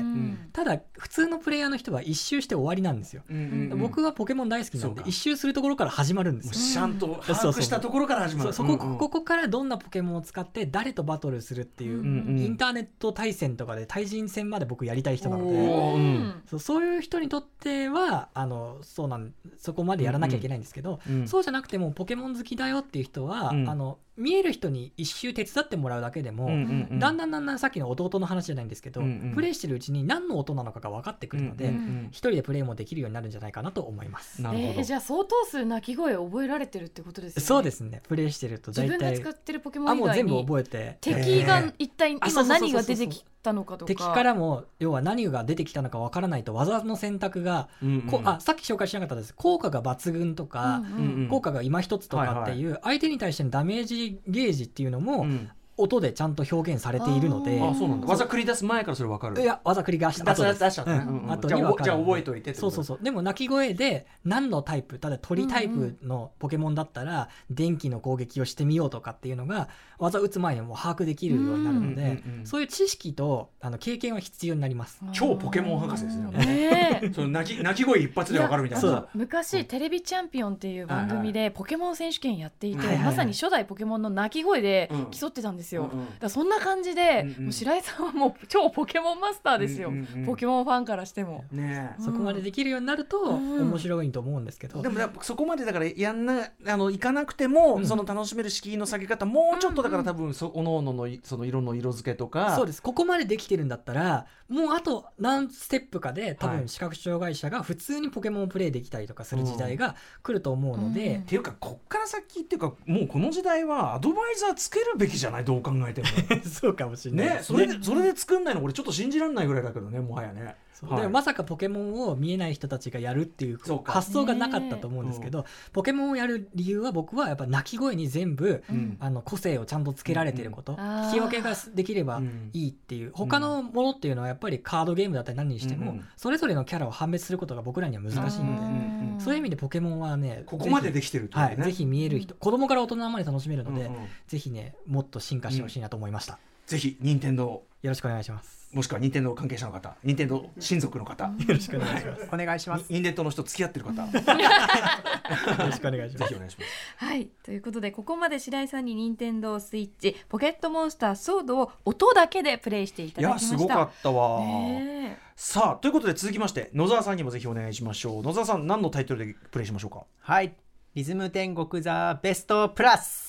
ただ普通のプレイヤーの人は一周して終わりなんですよ、うんうんうん、僕はポケモン大好きなので一周するところから始まるんですよ。ちゃんと把握したところから始まる。 そうそうそう、そこ、ここからどんなポケモンを使って誰とバトルするっていう、うんうん、インターネット対戦とかで対人戦まで僕やりたい人なので、うん、そう、そういう人にとってはあのそうなんそこまでやらなきゃいけないんですけど、うんうん、そうじゃなくてもポケモン好きだよっていう人は、うん、あの見える人に一周手伝ってもらうだけでも、うんうんうん、だんだんだんだんさっきの弟の話じゃないんですけど、うんうん、プレイしてるうちに何の音なのかが分かってくるので、うんうんうん、一人でプレイもできるようになるんじゃないかなと思います。 なるほど、えー、じゃあ相当数鳴き声覚えられてるってことですよね。 そうですね、プレイしてると大体自分が使ってるポケモン以外にあもう全部覚えて敵が一体今何が出てきたのかとか、 敵からも要は何が出てきたのか分からないと技の選択が、うんうん、こあさっき紹介しなかったです効果が抜群とか、うんうん、効果が今一つとかっていう、はいはい、相手に対してのダメージゲージっていうのも、うん音でちゃんと表現されているので、 あそうなんだ。技繰り出す前からそれ分かる。 いや技繰り出した後です。 出しちゃった、ねうんうん、後に分かる。じゃあ覚えといてってこと。 そうそうそう。でも鳴き声で何のタイプ、ただ鳥タイプのポケモンだったら、うんうん、電気の攻撃をしてみようとかっていうのが技打つ前にも把握できるようになるので、うんうんうん、そういう知識とあの経験は必要になります。 超ポケモン博士ですね。ねその鳴き鳴き声一発で分かるみたいな。 い昔テレビチャンピオンっていう番組でポケモン選手権やっていて、はいはい、まさに初代ポケモンの鳴き声で競ってたんですよ。うんうん、だそんな感じで、うんうん、もう白井さんはもう超ポケモンマスターですよ、うんうんうん、ポケモンファンからしても、 ねうん、そこまでできるようになると面白いと思うんですけど、うん、 でもやっぱそこまでだからやんなあのいかなくても、うん、その楽しめる敷居の下げ方もうちょっとだから多分そおのおののその色の色付けとか、 そうです、ここまでできてるんだったらもうあと何ステップかで多分視覚障害者が普通にポケモンをプレイできたりとかする時代が来ると思うので、 うん、っていうかこっから先っていうかもうこの時代はアドバイザーつけるべきじゃない、どう考えてもそうかもしれないね、それでそれで作んないの俺ちょっと信じられないぐらいだけどね、もはやね。 はい、でもまさかポケモンを見えない人たちがやるっていう発想がなかったと思うんですけど、ポケモンをやる理由は僕はやっぱ鳴き声に全部、うん、あの個性をちゃんとつけられていること、うん、聞き分けができればいいっていう、うん、他のものっていうのはやっぱりカードゲームだったり何にしても、うん、それぞれのキャラを判別することが僕らには難しいので、そういう意味でポケモンはねここまでできてるってことね、 はい、ぜひ見える人、うん、子供から大人まで楽しめるので、うんうん、ぜひねもっと進化してほしいなと思いました、うん、 ぜひ任天堂よろしくお願いします。 もしくは任天堂関係者の方、任天堂親族の方、よろしくお願いします。 お願いします。 任天堂の人付き合ってる方よろしくお願いします。 ぜひお願いします。 はい、ということでここまで白井さんに任天堂スイッチポケットモンスターソードを音だけでプレイしていただきました。 いやすごかったわ、ね、さあということで続きまして野沢さんにもぜひお願いしましょう。野沢さん何のタイトルでプレイしましょうか。 はい、リズム天国ザベストプラス。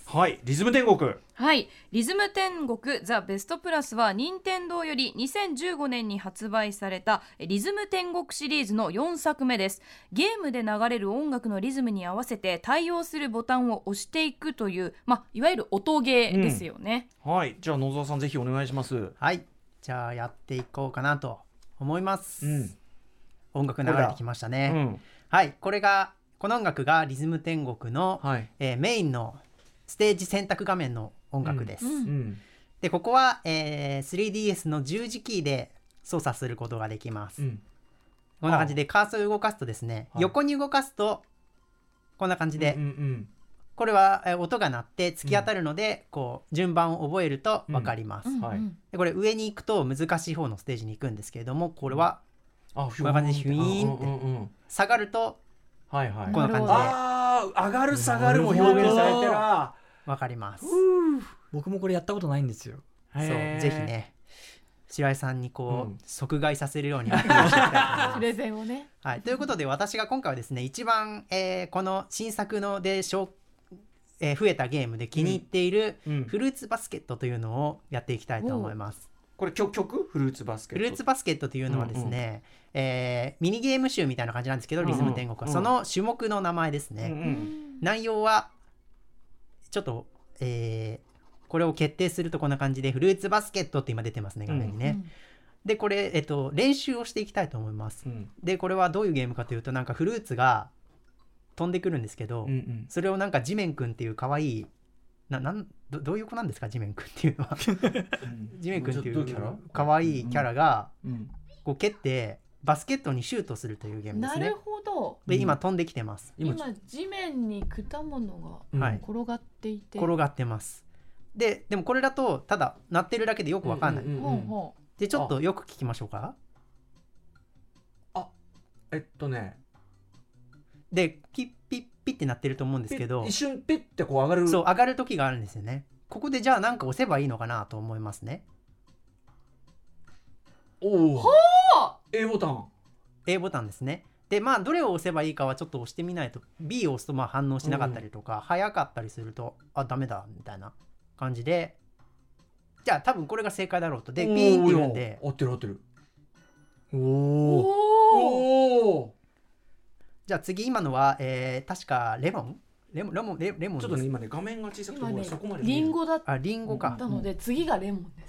はい、リズム天国。 はい、リズム天国ザ・ベストプラスは任天堂よりにせんじゅうごねんに発売されたリズム天国シリーズのよんさくめです。ゲームで流れる音楽のリズムに合わせて対応するボタンを押していくという、まあ、いわゆる音ゲーですよね、 うん、はい、じゃあ野沢さんぜひお願いします。 はい、じゃあやっていこうかなと思います、うん、音楽流れてきましたね、うん、はい、これがこの音楽がリズム天国の、はい、えー、メインのステージ選択画面の音楽です、うんうん、でここは、えー、スリーディーエス の十字キーで操作することができます、うん、こんな感じでカーソルを動かすとですね、はい、横に動かすとこんな感じで、うんうんうん、これは、えー、音が鳴って突き当たるので、うん、こう順番を覚えると分かります、うんはい、でこれ上に行くと難しい方のステージに行くんですけれども、これはこんな感じでヒュイーンって、うんうん、下がると、はいはい、こんな感じであ上がる下がるも表現されてるな、 わかります。 僕もこれやったことないんですよ。 そうぜひね白井さんにこう、うん、即買いさせるようにプレゼンをね、 はい、ということで私が今回はですね一番、えー、この新作のでしょ、えー、増えたゲームで気に入っている、うん、フルーツバスケットというのをやっていきたいと思います。 これ曲フルーツバスケットフルーツバスケットというのはですね、うんうん、えー、ミニゲーム集みたいな感じなんですけど、リズム天国は、うんうん、その種目の名前ですね、うんうん、内容はちょっとえー、これを決定するとこんな感じでフルーツバスケットって今出てますね画面にね、うん、でこれ、えっと、練習をしていきたいと思います、うん、でこれはどういうゲームかというとなんかフルーツが飛んでくるんですけど、うんうん、それをなんか地面くんっていうかわいいななん ど, どういう子なんですか地面くんっていうのは地面くんっていうかわいいキャラがこう蹴ってバスケットにシュートするというゲームですね。 なるほど。 で今飛んできてます。 今地面に果物が転がっていて、 はい、転がってます。ででもこれだとただ鳴ってるだけでよくわかんない、うんうんうん、でちょっとよく聞きましょうか。 あえっとねでピッピッピッって鳴ってると思うんですけど、 一瞬ピッってこう上がる、 そう上がる時があるんですよね。ここでじゃあ何か押せばいいのかなと思いますね。 おお A ボタン A ボタンですね。でまあどれを押せばいいかはちょっと押してみないと B を押すとまあ反応しなかったりとか、うん、早かったりするとあダメだみたいな感じで、じゃあ多分これが正解だろうとでピーンって言うんで合ってる合ってる。 おおじゃあ次今のは、えー、確かレモンレモンレモンレモンちょっとね今ね画面が小さくて、ね、そこまでリンゴだったあリンゴかなので次がレモンです。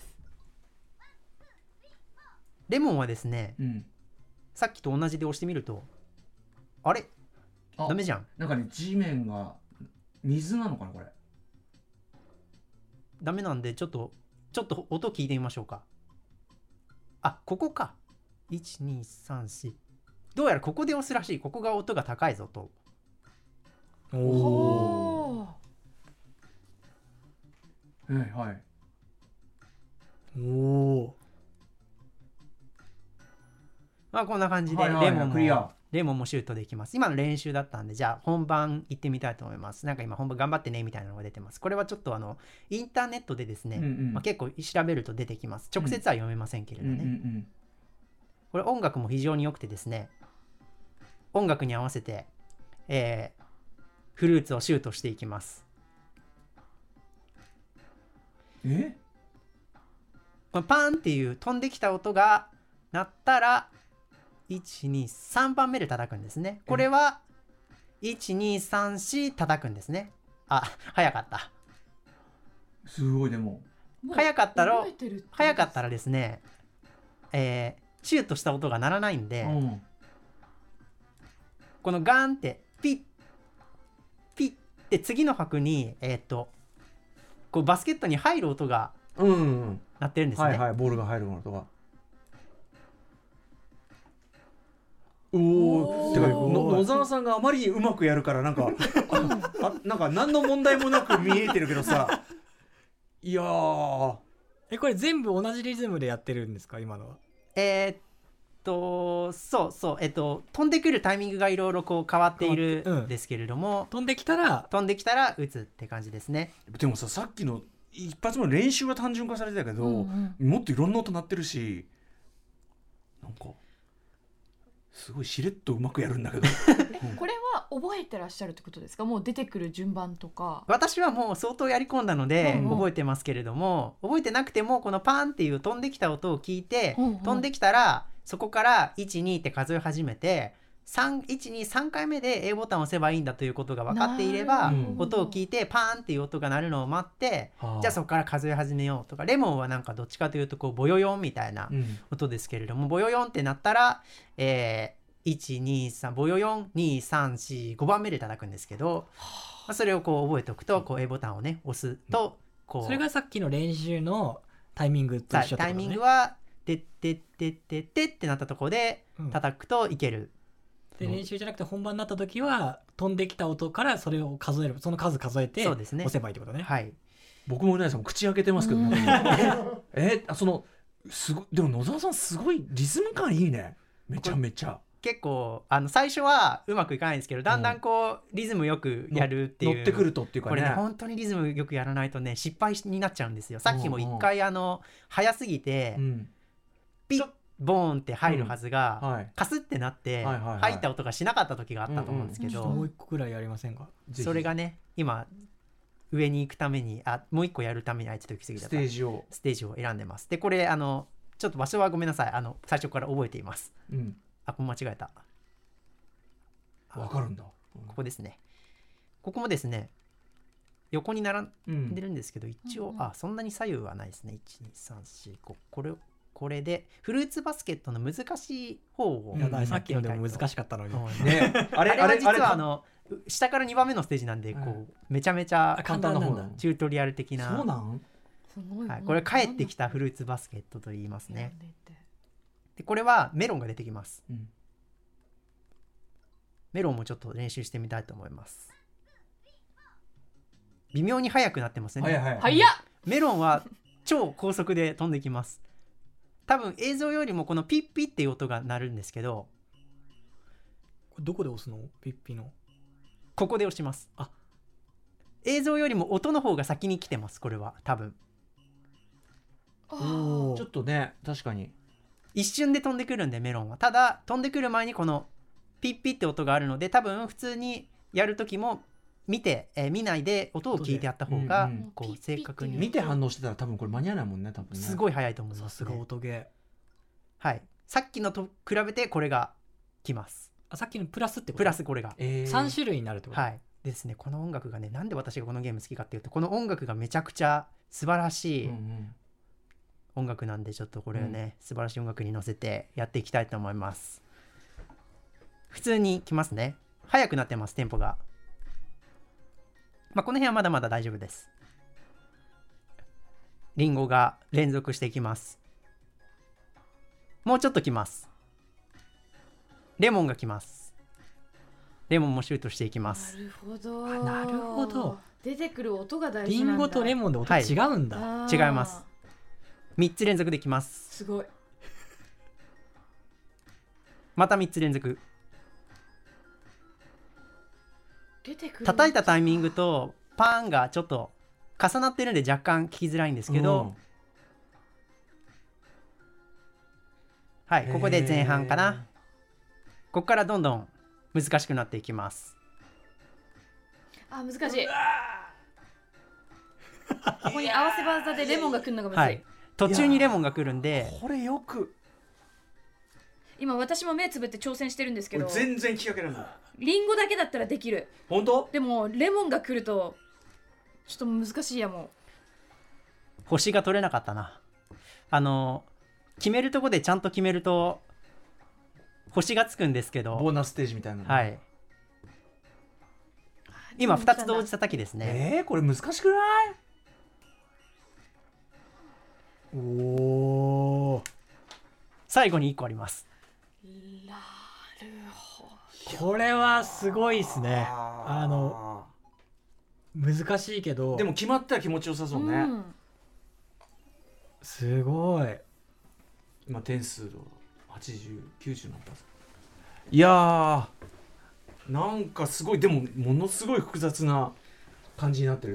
レモンはですね、うん、さっきと同じで押してみるとあれあダメじゃん。 なんかね地面が水なのかなこれ。 ダメなんでちょっとちょっと音聞いてみましょうか。あここかいちにさんしどうやらここで押すらしい。ここが音が高いぞと。 おおはいはいおおまあこんな感じでレモンも、はいはい、レモンもシュートできます。今の練習だったんでじゃあ本番行ってみたいと思います。なんか今本番頑張ってねみたいなのが出てます。これはちょっとあのインターネットでですね、うんうんまあ、結構調べると出てきます。直接は読めませんけれどね、うんうんうん、これ音楽も非常に良くてですね音楽に合わせて、えー、フルーツをシュートしていきます。 えこのパーンっていう飛んできた音が鳴ったらいちにさんばんめで叩くんですね。これはいちにさんし叩くんですね。あ早かった。 すごいでも早かったら早かったらですね、えー、シュートした音が鳴らないんで、うん、このガーンってピッピッって次の拍にえー、っとこうバスケットに入る音が鳴ってるんですね、うんうん、 はいはいボールが入る音がおおてか野沢さんがあまりにうまくやるからなんかあなんか何の問題もなく見えてるけどさいやーえこれ全部同じリズムでやってるんですか今のは。 えー、っとそうそうえっと飛んでくるタイミングがいろいろこう変わっているんですけれども、うん、 飛んできたら飛んできたら打つって感じですね。 でもささっきの一発目の練習は単純化されてたけど、うんうん、もっといろんな音鳴ってるしなんかすごいしれっとうまくやるんだけどこれは覚えてらっしゃるってことですか？もう出てくる順番とか。 私はもう相当やり込んだのでうんうん覚えてますけれども、覚えてなくてもこのパーンっていう飛んできた音を聞いて、 うんうん飛んできたらそこからいちにって数え始めていちにさんかいめで A ボタンを押せばいいんだということが分かっていれば、 なるほど音を聞いてパーンっていう音が鳴るのを待って、 はあじゃあそこから数え始めようとか、レモンはなんかどっちかというとこうボヨヨンみたいなうん音ですけれども、ボヨヨンってなったら、えー、いちにさんボヨヨンにさんしごばんめで叩くんですけど、まあ、それをこう覚えておくとこう A ボタンをね押すとこうそれがさっきの練習のタイミングと一緒ってことね。 タイミングはてってってってってってなったところでうん叩くといける、 で練習じゃなくて本番になった時は飛んできた音からそれを数える、その数数えてそうですね押せばいいってことね。 はい。 僕もうなぎさんも口開けてますけどねえあそのすごいでも野沢さんすごいリズム感いいね、めちゃめちゃ結構あの最初はうまくいかないんですけど、だんだんこうリズムよくやるっていう、 乗ってくるとっていうかねこれね本当にリズムよくやらないとね失敗になっちゃうんですよ。さっきも一回あの早すぎてうんピッボーンって入るはずが、 はいカスってなってはいはいはい入った音がしなかった時があったと思うんですけど、 ちょっともう一個くらいやりませんか？ ぜひそれがね今上に行くためにあもう一個やるためにあいつと行き過ぎちゃスったテージを、 ステージを選んでます。でこれあのちょっと場所はごめんなさい、あの最初から覚えています。 うん、 あこれ間違えた。 わかるんだ、 ここですね。ここもですね横に並うんんでるんですけど、一応、 うんうんあそんなに左右はないですね。いちにさんしごこれこれでフルーツバスケットの難しい方をうんやだ、さっきのでもやってみたいと難しかったのに。 思いますねあれあれは実はああの下からにばんめのステージなんでこう、 うんめちゃめちゃあ簡単なんだ簡単な方チュートリアル的な、 そうなんすごいはい、これ帰ってきたフルーツバスケットと言いますね。でこれはメロンが出てきます。 うんメロンもちょっと練習してみたいと思います。微妙に速くなってますね。 はいはいはい早っ。 メロンは超高速で飛んできます。多分映像よりもこのピッピッっていう音が鳴るんですけど、 これどこで押すの？ピッピの。 ここで押します。 あ映像よりも音の方が先に来てます。これは多分おちょっとね確かに一瞬で飛んでくるんでメロンは。ただ飛んでくる前にこのピッピッって音があるので、多分普通にやる時も見て、えー見ないで音を聞いてやった方が音でうんうんこうピッピッ正確に見て反応してたら多分これ間に合わないもんね多分ねすごい速いと思いさますす、ね。 が音ゲー。 はい。さっきのと比べてこれが来ます。 あ、さっきのプラスってこと？ プラスこれが。 えーさん種類になるってこと？ はい。ですね。この音楽がね、なんで私がこのゲーム好きかっていうと、この音楽がめちゃくちゃ素晴らしいうんうん音楽なんで、ちょっとこれをね、素晴らしい音楽に乗せてやっていきたいと思います。普通に来ますね。速くなってます、テンポが。まあ、この辺はまだまだ大丈夫です。リンゴが連続していきます。もうちょっと来ます。レモンが来ます。レモンもシュートしていきます。 なるほど。 あなるほど。 出てくる音が大リ事なんだ。 ンゴとレモンで音違うんだ。 あー違います。みっつ連続できます。 すごい。 またみっつ連続。 出てくる。 叩いたタイミングとパーンがちょっと重なってるんで若干聞きづらいんですけど、 うんはい、ここで前半かへーな。ここからどんどん難しくなっていきます。 あ、難しい。ここに合わせ技でレモンが来るのがむずい。 はい、途中にレモンが来るんで、 これよく今私も目つぶって挑戦してるんですけど、 全然聞きかけられないリンゴだけだったらできる。 本当でもレモンが来るとちょっと難しいやもう。 星が取れなかったな。あの決めるとこでちゃんと決めると星がつくんですけど、 ボーナスステージみたいなのはい、今ふたつ同時叩きですね。 えー、これ難しくないおお。 最後にいっこあります。 なるほこれはすごいですね。 ああの難しいけどでも決まったら気持ちよさそうね、 うんすごい。 今点数はちじゅう、きゅうじゅう何パーセントいやーなんかすごいでもものすごい複雑な感じになってる。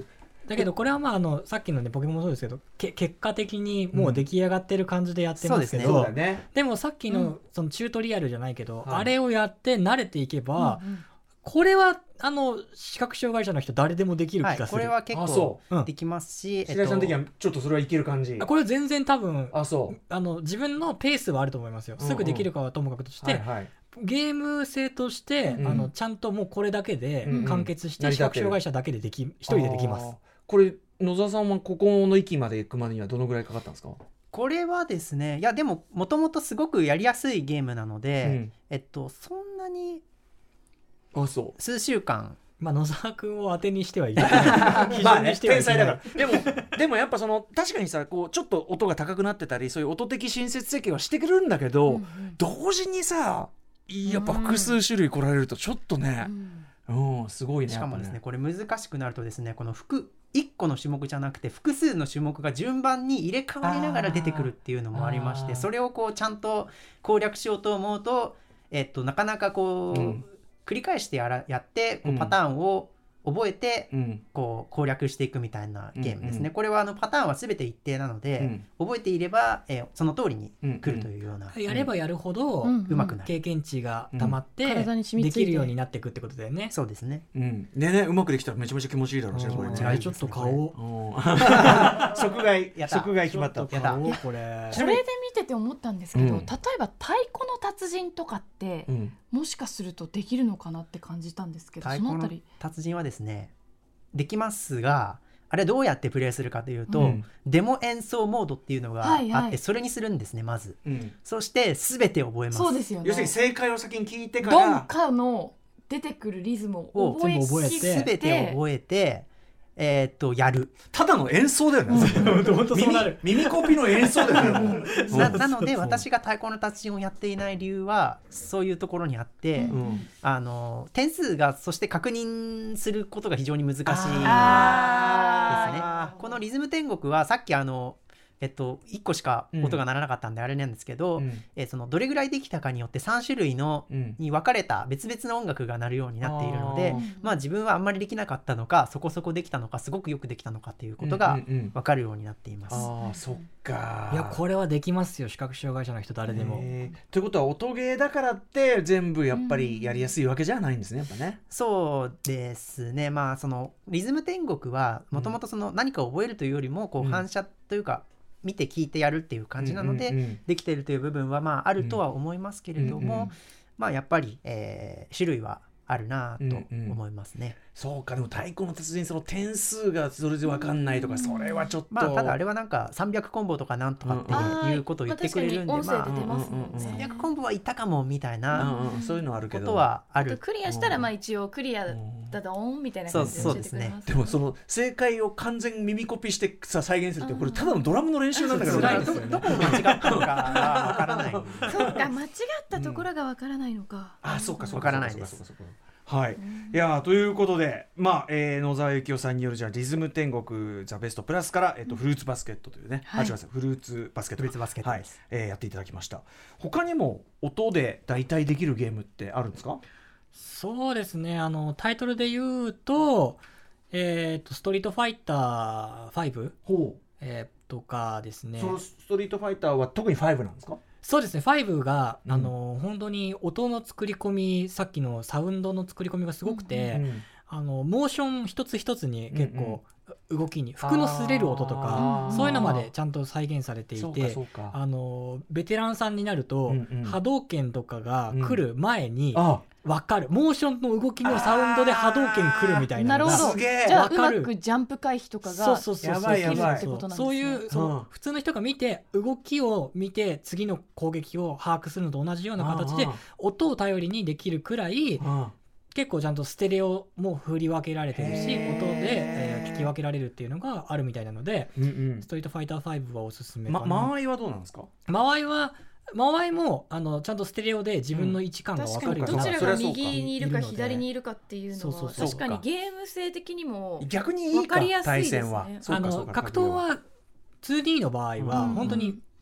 だけどこれはまああのさっきのねポケモンもそうですけどけ結果的にもう出来上がってる感じでやってますけど、 そうだね。 でもさっきのそのチュートリアルじゃないけど、 はいあれをやって慣れていけば、 うんうんこれはあの視覚障害者の人誰でもできる気はい、 がする、 これは結あそ構うんできますし、 白井さん的にはちょっとそれはいける感じ。 あこれ全然多分あそうあの自分のペースはあると思いますよ。すぐできるかはともかくとして、 はいはいゲーム性として、 うんあのちゃんともうこれだけでうん完結して、 成り立ってる視覚障害者だけででき一人でできます。 あーこれ野沢さんはここの域まで行くまでにはどのぐらいかかったんですか？ これはですね、いやでももともとすごくやりやすいゲームなので、 うんえっとそんなにあそう数週間まあ野沢君を当てにしてはいけない。 まあね、 非常にしてはいけない天才だからでもでもやっぱその確かにさこうちょっと音が高くなってたりそういう音的親切設計はしてくるんだけど、 うんうん同時にさやっぱ複数種類来られるとちょっとねう、んうん、すごいね。 しかもですねやっこれ難しくなるとですねこの複いっこの種目じゃなくて複数の種目が順番に入れ替わりながら出てくるっていうのもありましあーてそれをこうちゃんと攻略しようと思うと、えっと、なかなかこう、 うん繰り返してやらやってこううんパターンを覚えてぱうんこう攻略していくみたいなゲームですね、 うんうんこれはあのパターンは全て一定なので、覚えていれば、えーその通りに来るというような、 やればやるほど、 うんうまくなる、 経験値が溜まって、 うん体に染みでついてきるようになっていくってことだよね。 そうですねうんでねうまくできたらめちゃめちゃ気持ちいいだろうしねこれね。 じゃあちょっと買おう。 うん即買いやった即買い決まった。 ちょっと買おうこれ。 これで見てて思ったんですけど、 うん例えば太鼓の達人とかって、 うんもしかするとできるのかなって感じたんですけど、 太鼓のそのあたり達人はですねできますがあれどうやってプレイするかというと、 うんデモ演奏モードっていうのがあって、 はいはいそれにするんですねまずうんそして全て覚えますそうですよね。 要するに正解を先に聞いてかドンらカの出てくるリズムを覚えを全部覚えてきって全て覚えてえーっとやるただの演奏だよね。 本当そうなる。 耳耳コピの演奏だよね。もうななので私が太鼓の達人をやっていない理由はそういうところにあって、 うんうんあの点数がそして確認することが非常に難しいですね。 あーこのリズム天国はさっきあのえっといっこしか音が鳴らなかったんであれなんですけど、 うんえーそのどれぐらいできたかによってさん種類のうんに分かれた別々の音楽が鳴るようになっているのであーまあ自分はあんまりできなかったのかそこそこできたのかすごくよくできたのかっていうことがうんうんうん分かるようになっています。 ああそっか。 いやこれはできますよ視覚障害者の人誰でも。 へーということは音ゲーだからって全部やっぱりやりやすいわけじゃないんですねやっぱね。 そうですねまあそのリズム天国はもともとその何かを覚えるというよりもこううん反射というか見て聞いてやるっていう感じなので、 うんうんうんできているという部分はまああるとは思いますけれども、 うんうんまあやっぱり、えー種類はあるなと思いますね。 そうかでも太鼓の達人その点数がそれで分かんないとかそれはちょっと。 まあただあれはなんかさんびゃくコンボとかなんとかっていうことを言ってくれるんで、 あーまあ確かに音声まあで出ますもんね。 うんうんうんさんびゃくコンボはいったかもみたいうんなうんそういうのあるけど。 ことはああとる。 クリアしたらまあ一応クリアだドーンみたいな感じで教えてくれます。 でもその正解を完全耳コピしてさ再現するってこれただのドラムの練習なんだから辛いですよねどこ間違ったのかはわからない。 そうか間違ったところがわからないのか。 あそうかそうわからないですそうかそうかそうかはい、いやーということで、まあえー野沢幸雄さんによるじゃあリズム天国ザベストプラスから、えっとフルーツバスケットというね、 はいあ違いますフルーツバスケットフルーツバスケットはいですえーやっていただきました。他にも音で代替できるゲームってあるんですか？ そうですねあのタイトルで言うとえっ、とストリートファイターファイブ、 ほえーとかですね。 そのストリートファイターは特にファイブなんですか？ そうですねファイブが、 うんあの本当に音の作り込みさっきのサウンドの作り込みがすごくて、 うんあのモーション一つ一つに結うんうん構動きに服の擦れる音とかあーそういうのまでちゃんと再現されていそうかてそうかあのベテランさんになると、 うんうん波動拳とかが来る前にあ分かる、モーションの動きのサウンドで波動拳来るみたいなのがなるほど。 すげえじゃあうまわかるくジャンプ回避とかそうがそうそうそうやばいやばいってことなんですね。 そういうその、 うん普通の人が見て動きを見て次の攻撃を把握するのと同じような形であ音を頼りにできるくらいあ結構ちゃんとステレオも振り分けられてるしへー音で、えー聞き分けられるっていうのがあるみたいなのでうんうんストリートファイターファイブはおすすめかまな、 間合いはどうなんですか？ 間合いは間合いもあのちゃんとステレオで自分の位置感が分かるようになってどちらがそりゃそうか右にいるかいるので左にいるかっていうのそうそうはそう確かにゲーム性的にも逆にいいかわかりやすいですね対戦はそうあのかそうか格闘は ツーディー の場合はうん本当に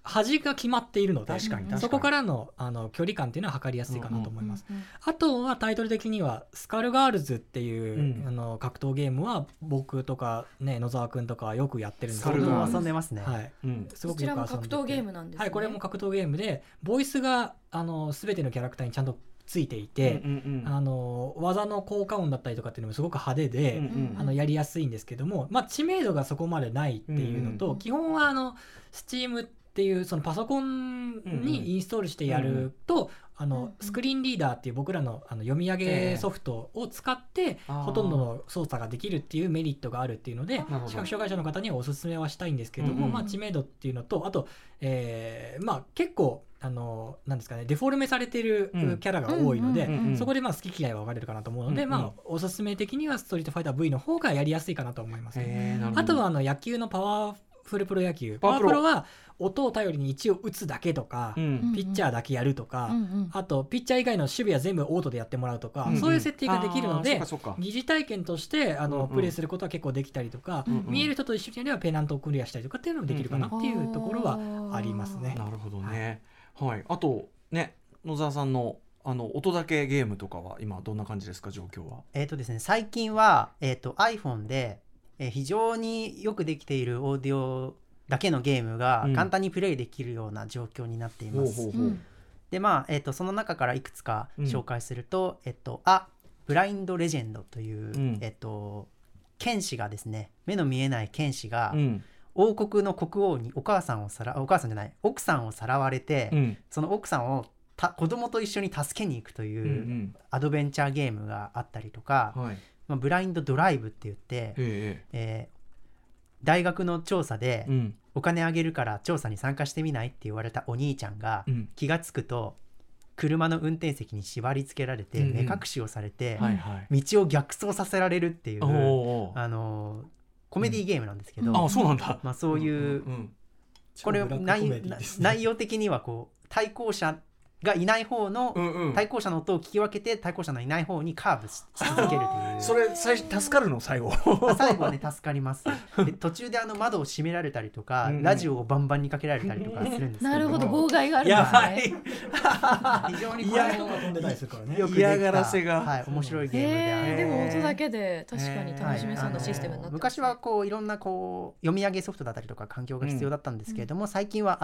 端が決まっているので、 確かに確かにそこからのあの距離感っていうのは測りやすいかなと思います。 うんうんあとはタイトル的にはスカルガールズっていう、 うんあの格闘ゲームは僕とかね野沢くんとかはよくやってるんですけど、 スカルガールズ遊んでますね。 はい、 うんすごこちらもくよく遊んでて格闘ゲームなんですね。 はい、これも格闘ゲームでボイスがあの全てのキャラクターにちゃんとついていて、 うんうんうんあの技の効果音だったりとかっていうのもすごく派手で、 うんうんあのやりやすいんですけども、まあ、知名度がそこまでないっていうのと、 うんうん基本はあの Steam っていうそのパソコンにインストールしてやると、あのうんうんスクリーンリーダーっていう僕らのあの読み上げソフトを使ってあーほとんどの操作ができるっていうメリットがあるっていうので、 なるほど視覚障害者の方にはおすすめはしたいんですけども、 うんうんまあ、知名度っていうのとあと、えーまあ、結構あのなんですかねデフォルメされてるうんキャラが多いので、 うんうんうんそこでまあ好き嫌いは分かれるかなと思うので、 うんうんまあ、おすすめ的にはストリートファイター ブイ の方がやりやすいかなと思います、 へーなるほどあとはあの野球のパワーフルプロ野球パワパワープロープロは音を頼りに一応打つだけとか、 うんピッチャーだけやるとか、 うんうんあとピッチャー以外の守備は全部オートでやってもらうとか、 うんうんそういう設定ができるのあーで、 そうかそうか疑似体験としてあの、 うんうんプレイすることは結構できたりとか、 うんうん見える人と一緒にやればペナントをクリアしたりとかっていうのもできるかなっていうところはありますね。 なるほどね。はい。あとね野沢さんのあの音だけゲームとかは今どんな感じですか状況は。 えーとですね、最近は、えーと iPhone で、えー非常によくできているオーディオだけのゲームがうん簡単にプレイできるような状況になっています。 ほうほうほううんでまあ、えーとその中からいくつか紹介すると、えっとあブラインドレジェンドという、 うんえっと剣士がですね目の見えない剣士が、 うん王国の国王にお母さんをさらお母さんじゃない奥さんをさらわれて、 うんその奥さんをた子供と一緒に助けに行くとうんういうんアドベンチャーゲームがあったりとか、 はい。 まあ、ブラインドドライブって言って、 ええー大学の調査でえうんお金あげるから調査に参加してみないって言われたお兄ちゃんが、 うん気がつくと車の運転席に縛り付けられて、 うんうん目隠しをされて、 はいはい。 道を逆走させられるっていう、 おーおーあのーコメディゲームなんですけど、 うんあそうなんだ。 まあ、そういう、 んこれ超ブラック内コメディですね内容的にはこう対向車がいない方の、 うんうん。 対向車の音を聞き分けて対向車のいない方にカーブしし続けるというそれ最初助かるの最後。 あ最後はね助かりますで途中であの窓を閉められたりとか、 うんうんラジオをバンバンにかけられたりとかするんですけどなるほど妨害があるんやですね。 ばい。 非常にいやこれ人が飛んでたりするからねよくできた嫌がらせがはい、面白いゲームである、 へーでも音だけで確かに楽しめそうなシステムになってますね。 あの昔はこういろんなこう読み上げソフトだったりとか環境が必要だったんですけれども、最近は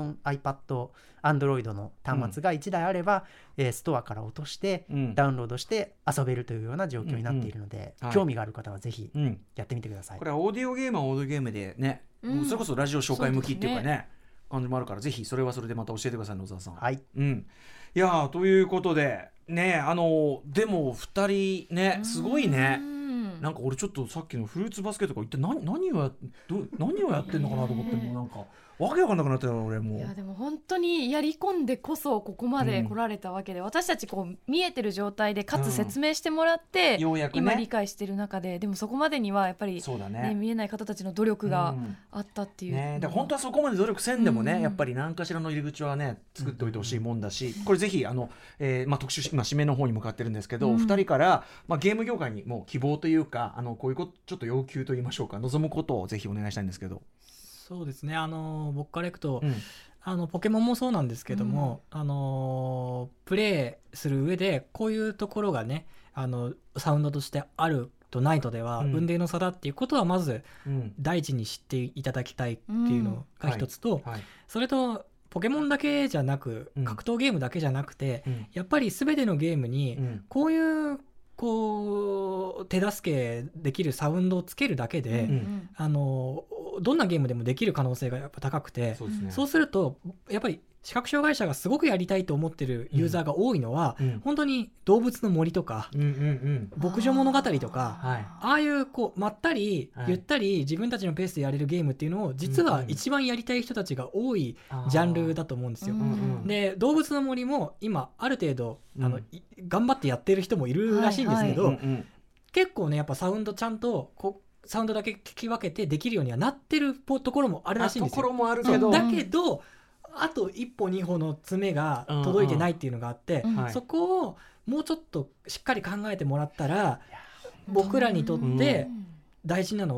iPhone、iPad、Android の端末がいちだいあれば、えーストアから落としてうんダウンロードして遊べるというような状況になっているので、 うんうんはい興味がある方はぜひうん。 やってみてください。 これはオーディオゲームはオーディオゲームでね、 うんそれこそラジオ紹介向きっていうかそうでね感じもあるからぜひそれはそれでまた教えてください野沢さん。 はい、 うん、いやーということでねあのでもふたりねすごいね。 うんなんか俺ちょっとさっきのフルーツバスケットが一体何何をやど何をやってんのかなと思ってもうなんかわけわかんなくなってたよ俺もういやでも本当にやり込んでこそここまで来られたわけで、私たちこう見えてる状態でかつ説明してもらって、 ようやくね今理解してる中ででもそこまでにはやっぱり、 そうだねね、見えない方たちの努力がうんあったっていう、 ね、だから本当はそこまで努力せんでもね、 うんやっぱり何かしらの入り口はね作っておいてほしいもんだし、これぜひあの、えーまあ、特集今締めの方に向かってるんですけど、 うんお二人から、まあ、ゲーム業界にもう希望というかあのこういうことちょっと要求と言いましょうか望むことをぜひお願いしたいんですけど。 そうですねあの僕からいくと、 うんあのポケモンもそうなんですけども、あのプレイする上でこういうところがねあのサウンドとしてあるとないとではうん雲泥の差だっていうことはまずうん第一に知っていただきたいっていうのが一つと、 はいそれとポケモンだけじゃなくうん格闘ゲームだけじゃなくて、 うんやっぱり全てのゲームにうんこういうこう手助けできるサウンドをつけるだけで、 うんあのどんなゲームでもできる可能性がやっぱ高くて、 そうですねそうするとやっぱり視覚障害者がすごくやりたいと思ってるユーザーが多いのは、 うん本当に動物の森とかうんうんうん牧場物語とかはいああいうこうまったりはいゆったり自分たちのペースでやれるゲームっていうのを実は一番やりたい人たちが多いジャンルだと思うんですよ。 うんうんで動物の森も今ある程度あの、 うんい頑張ってやってる人もいるらしいんですけど、 うんうん結構ねやっぱサウンドちゃんとこうサウンドだけ聞き分けてできるようにはなってるところもあるらしいんですよ。 ところもあるそうけどだけどあと一歩二歩の詰めが届いてないっていうのがあって、 うんはいそこをもうちょっとしっかり考えてもらったら僕らにとって大事なのは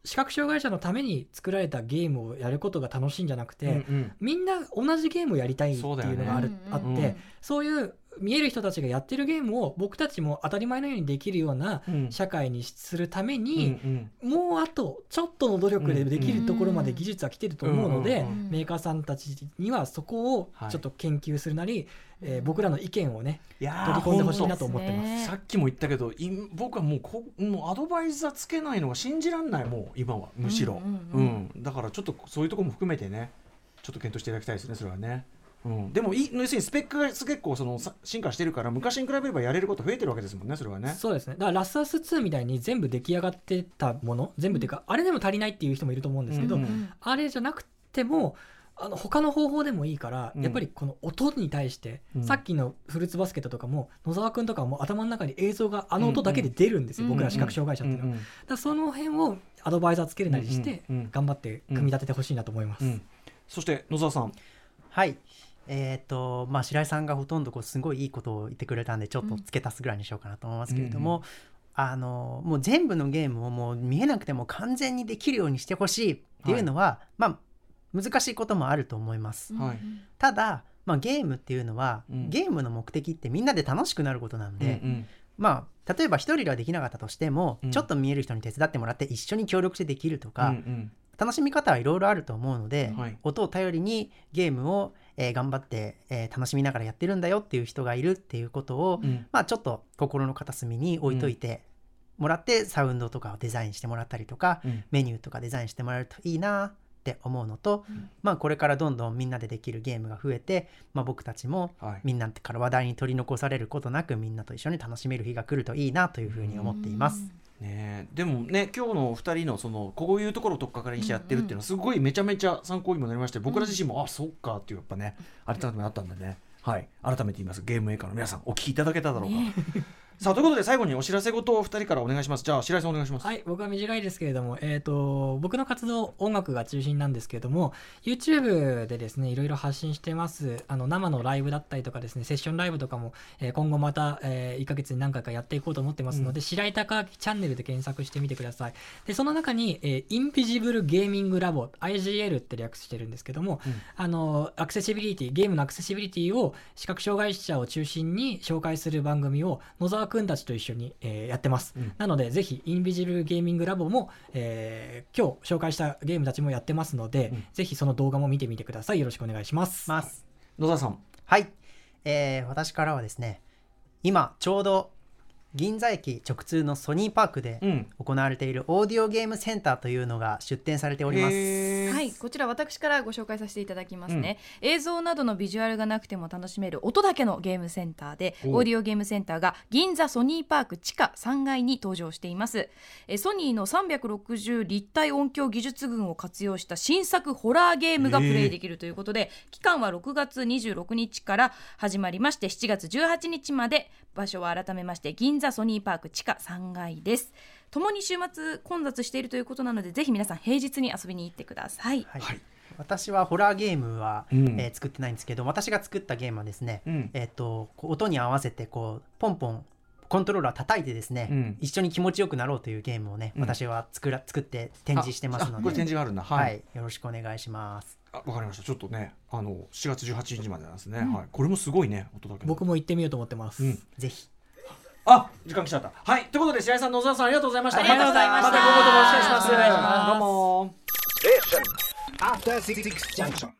視覚障害者のために作られたゲームをやることが楽しいんじゃなくて、 うんうん、 みんな同じゲームをやりたいっていうのがある、 ね、 あって、 うんうん、 そういう見える人たちがやってるゲームを僕たちも当たり前のようにできるような社会にするために、うんうん、もうあとちょっとの努力でできるところまで技術は来てると思うので、うんうん、メーカーさんたちにはそこをちょっと研究するなり、はい、えー、僕らの意見をね取り込んでほしいなと思ってます。 さっきも言ったけど僕はもうこもうアドバイザーつけないのが信じられない、もう今はむしろ、うんうんうんうん、だからちょっとそういうところも含めてねちょっと検討していただきたいですね、それはね。うん、でもい要するにスペックが結構その進化してるから昔に比べればやれること増えてるわけですもんね、それはね。 そうですね。だからラスアスツーみたいに全部出来上がってたもの、全部っていうかあれでも足りないっていう人もいると思うんですけど、うんうん、あれじゃなくてもあの他の方法でもいいから、うん、やっぱりこの音に対して、うん、さっきのフルーツバスケットとかも野沢くんとかも頭の中に映像があの音だけで出るんですよ、うんうん、僕ら視覚障害者っていうのは、うんうん、だからその辺をアドバイザーつけるなりして、うんうん、頑張って組み立ててほしいなと思います、うんうん、 そして野沢さん。 はい、えーとまあ、白井さんがほとんどこうすごいいいことを言ってくれたんでちょっと付け足すぐらいにしようかなと思いますけれども、うんうん、あのもう全部のゲームをもう見えなくても完全にできるようにしてほしいっていうのは、はい、まあ難しいこともあると思います、はい、ただ、まあ、ゲームっていうのは、うん、ゲームの目的ってみんなで楽しくなることなんで、うんうん、まあ例えば一人ではできなかったとしても、うん、ちょっと見える人に手伝ってもらって一緒に協力してできるとか、うんうん、楽しみ方はいろいろあると思うので、はい、音を頼りにゲームを、えー、頑張って、えー、楽しみながらやってるんだよっていう人がいるっていうことを、うん、まあちょっと心の片隅に置いといてもらって、うん、サウンドとかをデザインしてもらったりとか、うん、メニューとかデザインしてもらえるといいなって思うのと、うん、まあこれからどんどんみんなでできるゲームが増えて、まあ、僕たちもみんなから話題に取り残されることなくみんなと一緒に楽しめる日が来るといいなというふうに思っています。 ね、でもね今日のふたりのそのこういうところを取っかかりにしてやってるっていうのはすごいめちゃめちゃ参考にもなりまして、僕ら自身も、うん、あそっかっていうやっぱね改めてあったんでね、はい、改めて言います。ゲームメーカーの皆さんお聞きいただけただろうか、ねさあということで最後にお知らせ事をふたりからお願いします。じゃあ白井さんお願いします。 はい、僕は短いですけれども、えーと、僕の活動音楽が中心なんですけれども YouTube でですねいろいろ発信してます。あの生のライブだったりとかですねセッションライブとかも、えー、今後また、えー、いっかげつに何回かやっていこうと思ってますので、うん、白井貴明チャンネルで検索してみてください。でその中に、えー、インビジブルゲーミングラボ アイジーエル って略してるんですけども、うん、あのアクセシビリティゲームのアクセシビリティを視覚障害者を中心に紹介する番組を野沢くんたちと一緒にえー、やってます、うん、なのでぜひインビジブルゲーミングラボも、えー、今日紹介したゲームたちもやってますので、うん、ぜひその動画も見てみてください。よろしくお願いします。 野沢さん。 はい、えー、私からはですね今ちょうど銀座駅直通のソニーパークで行われているオーディオゲームセンターというのが出展されております。 はい、こちら私からご紹介させていただきますね、うん、映像などのビジュアルがなくても楽しめる音だけのゲームセンターでオーディオゲームセンターが銀座ソニーパーク地下さんがいに登場しています。えソニーのさんびゃくろくじゅう立体音響技術群を活用した新作ホラーゲームがプレイできるということで、期間はろくがつにじゅうろくにちから始まりましてしちがつじゅうはちにちまで、場所は改めまして銀座ソニーパーク地下さんがいです。ともに週末混雑しているということなのでぜひ皆さん平日に遊びに行ってください。 はい、はい、私はホラーゲームは、うんえー、作ってないんですけど、私が作ったゲームはですね、うんえー、と音に合わせてこうポンポンコントローラー叩いてですね、うん、一緒に気持ちよくなろうというゲームをね、うん、私は作ら作って展示してますので、 これ展示があるんだ、 はいはい、よろしくお願いします。 あ、わかりました。ちょっとねあのしちがつじゅうはちにちまでなんですね、うんはい、これもすごいね音だけ僕も行ってみようと思ってます、うん、 ぜひ。 あ、時間来ちゃった。はい、ということで白井さん、野沢さんありがとうございました。 ありがとうございました。 また今後ともよろしくお願いします。どうも。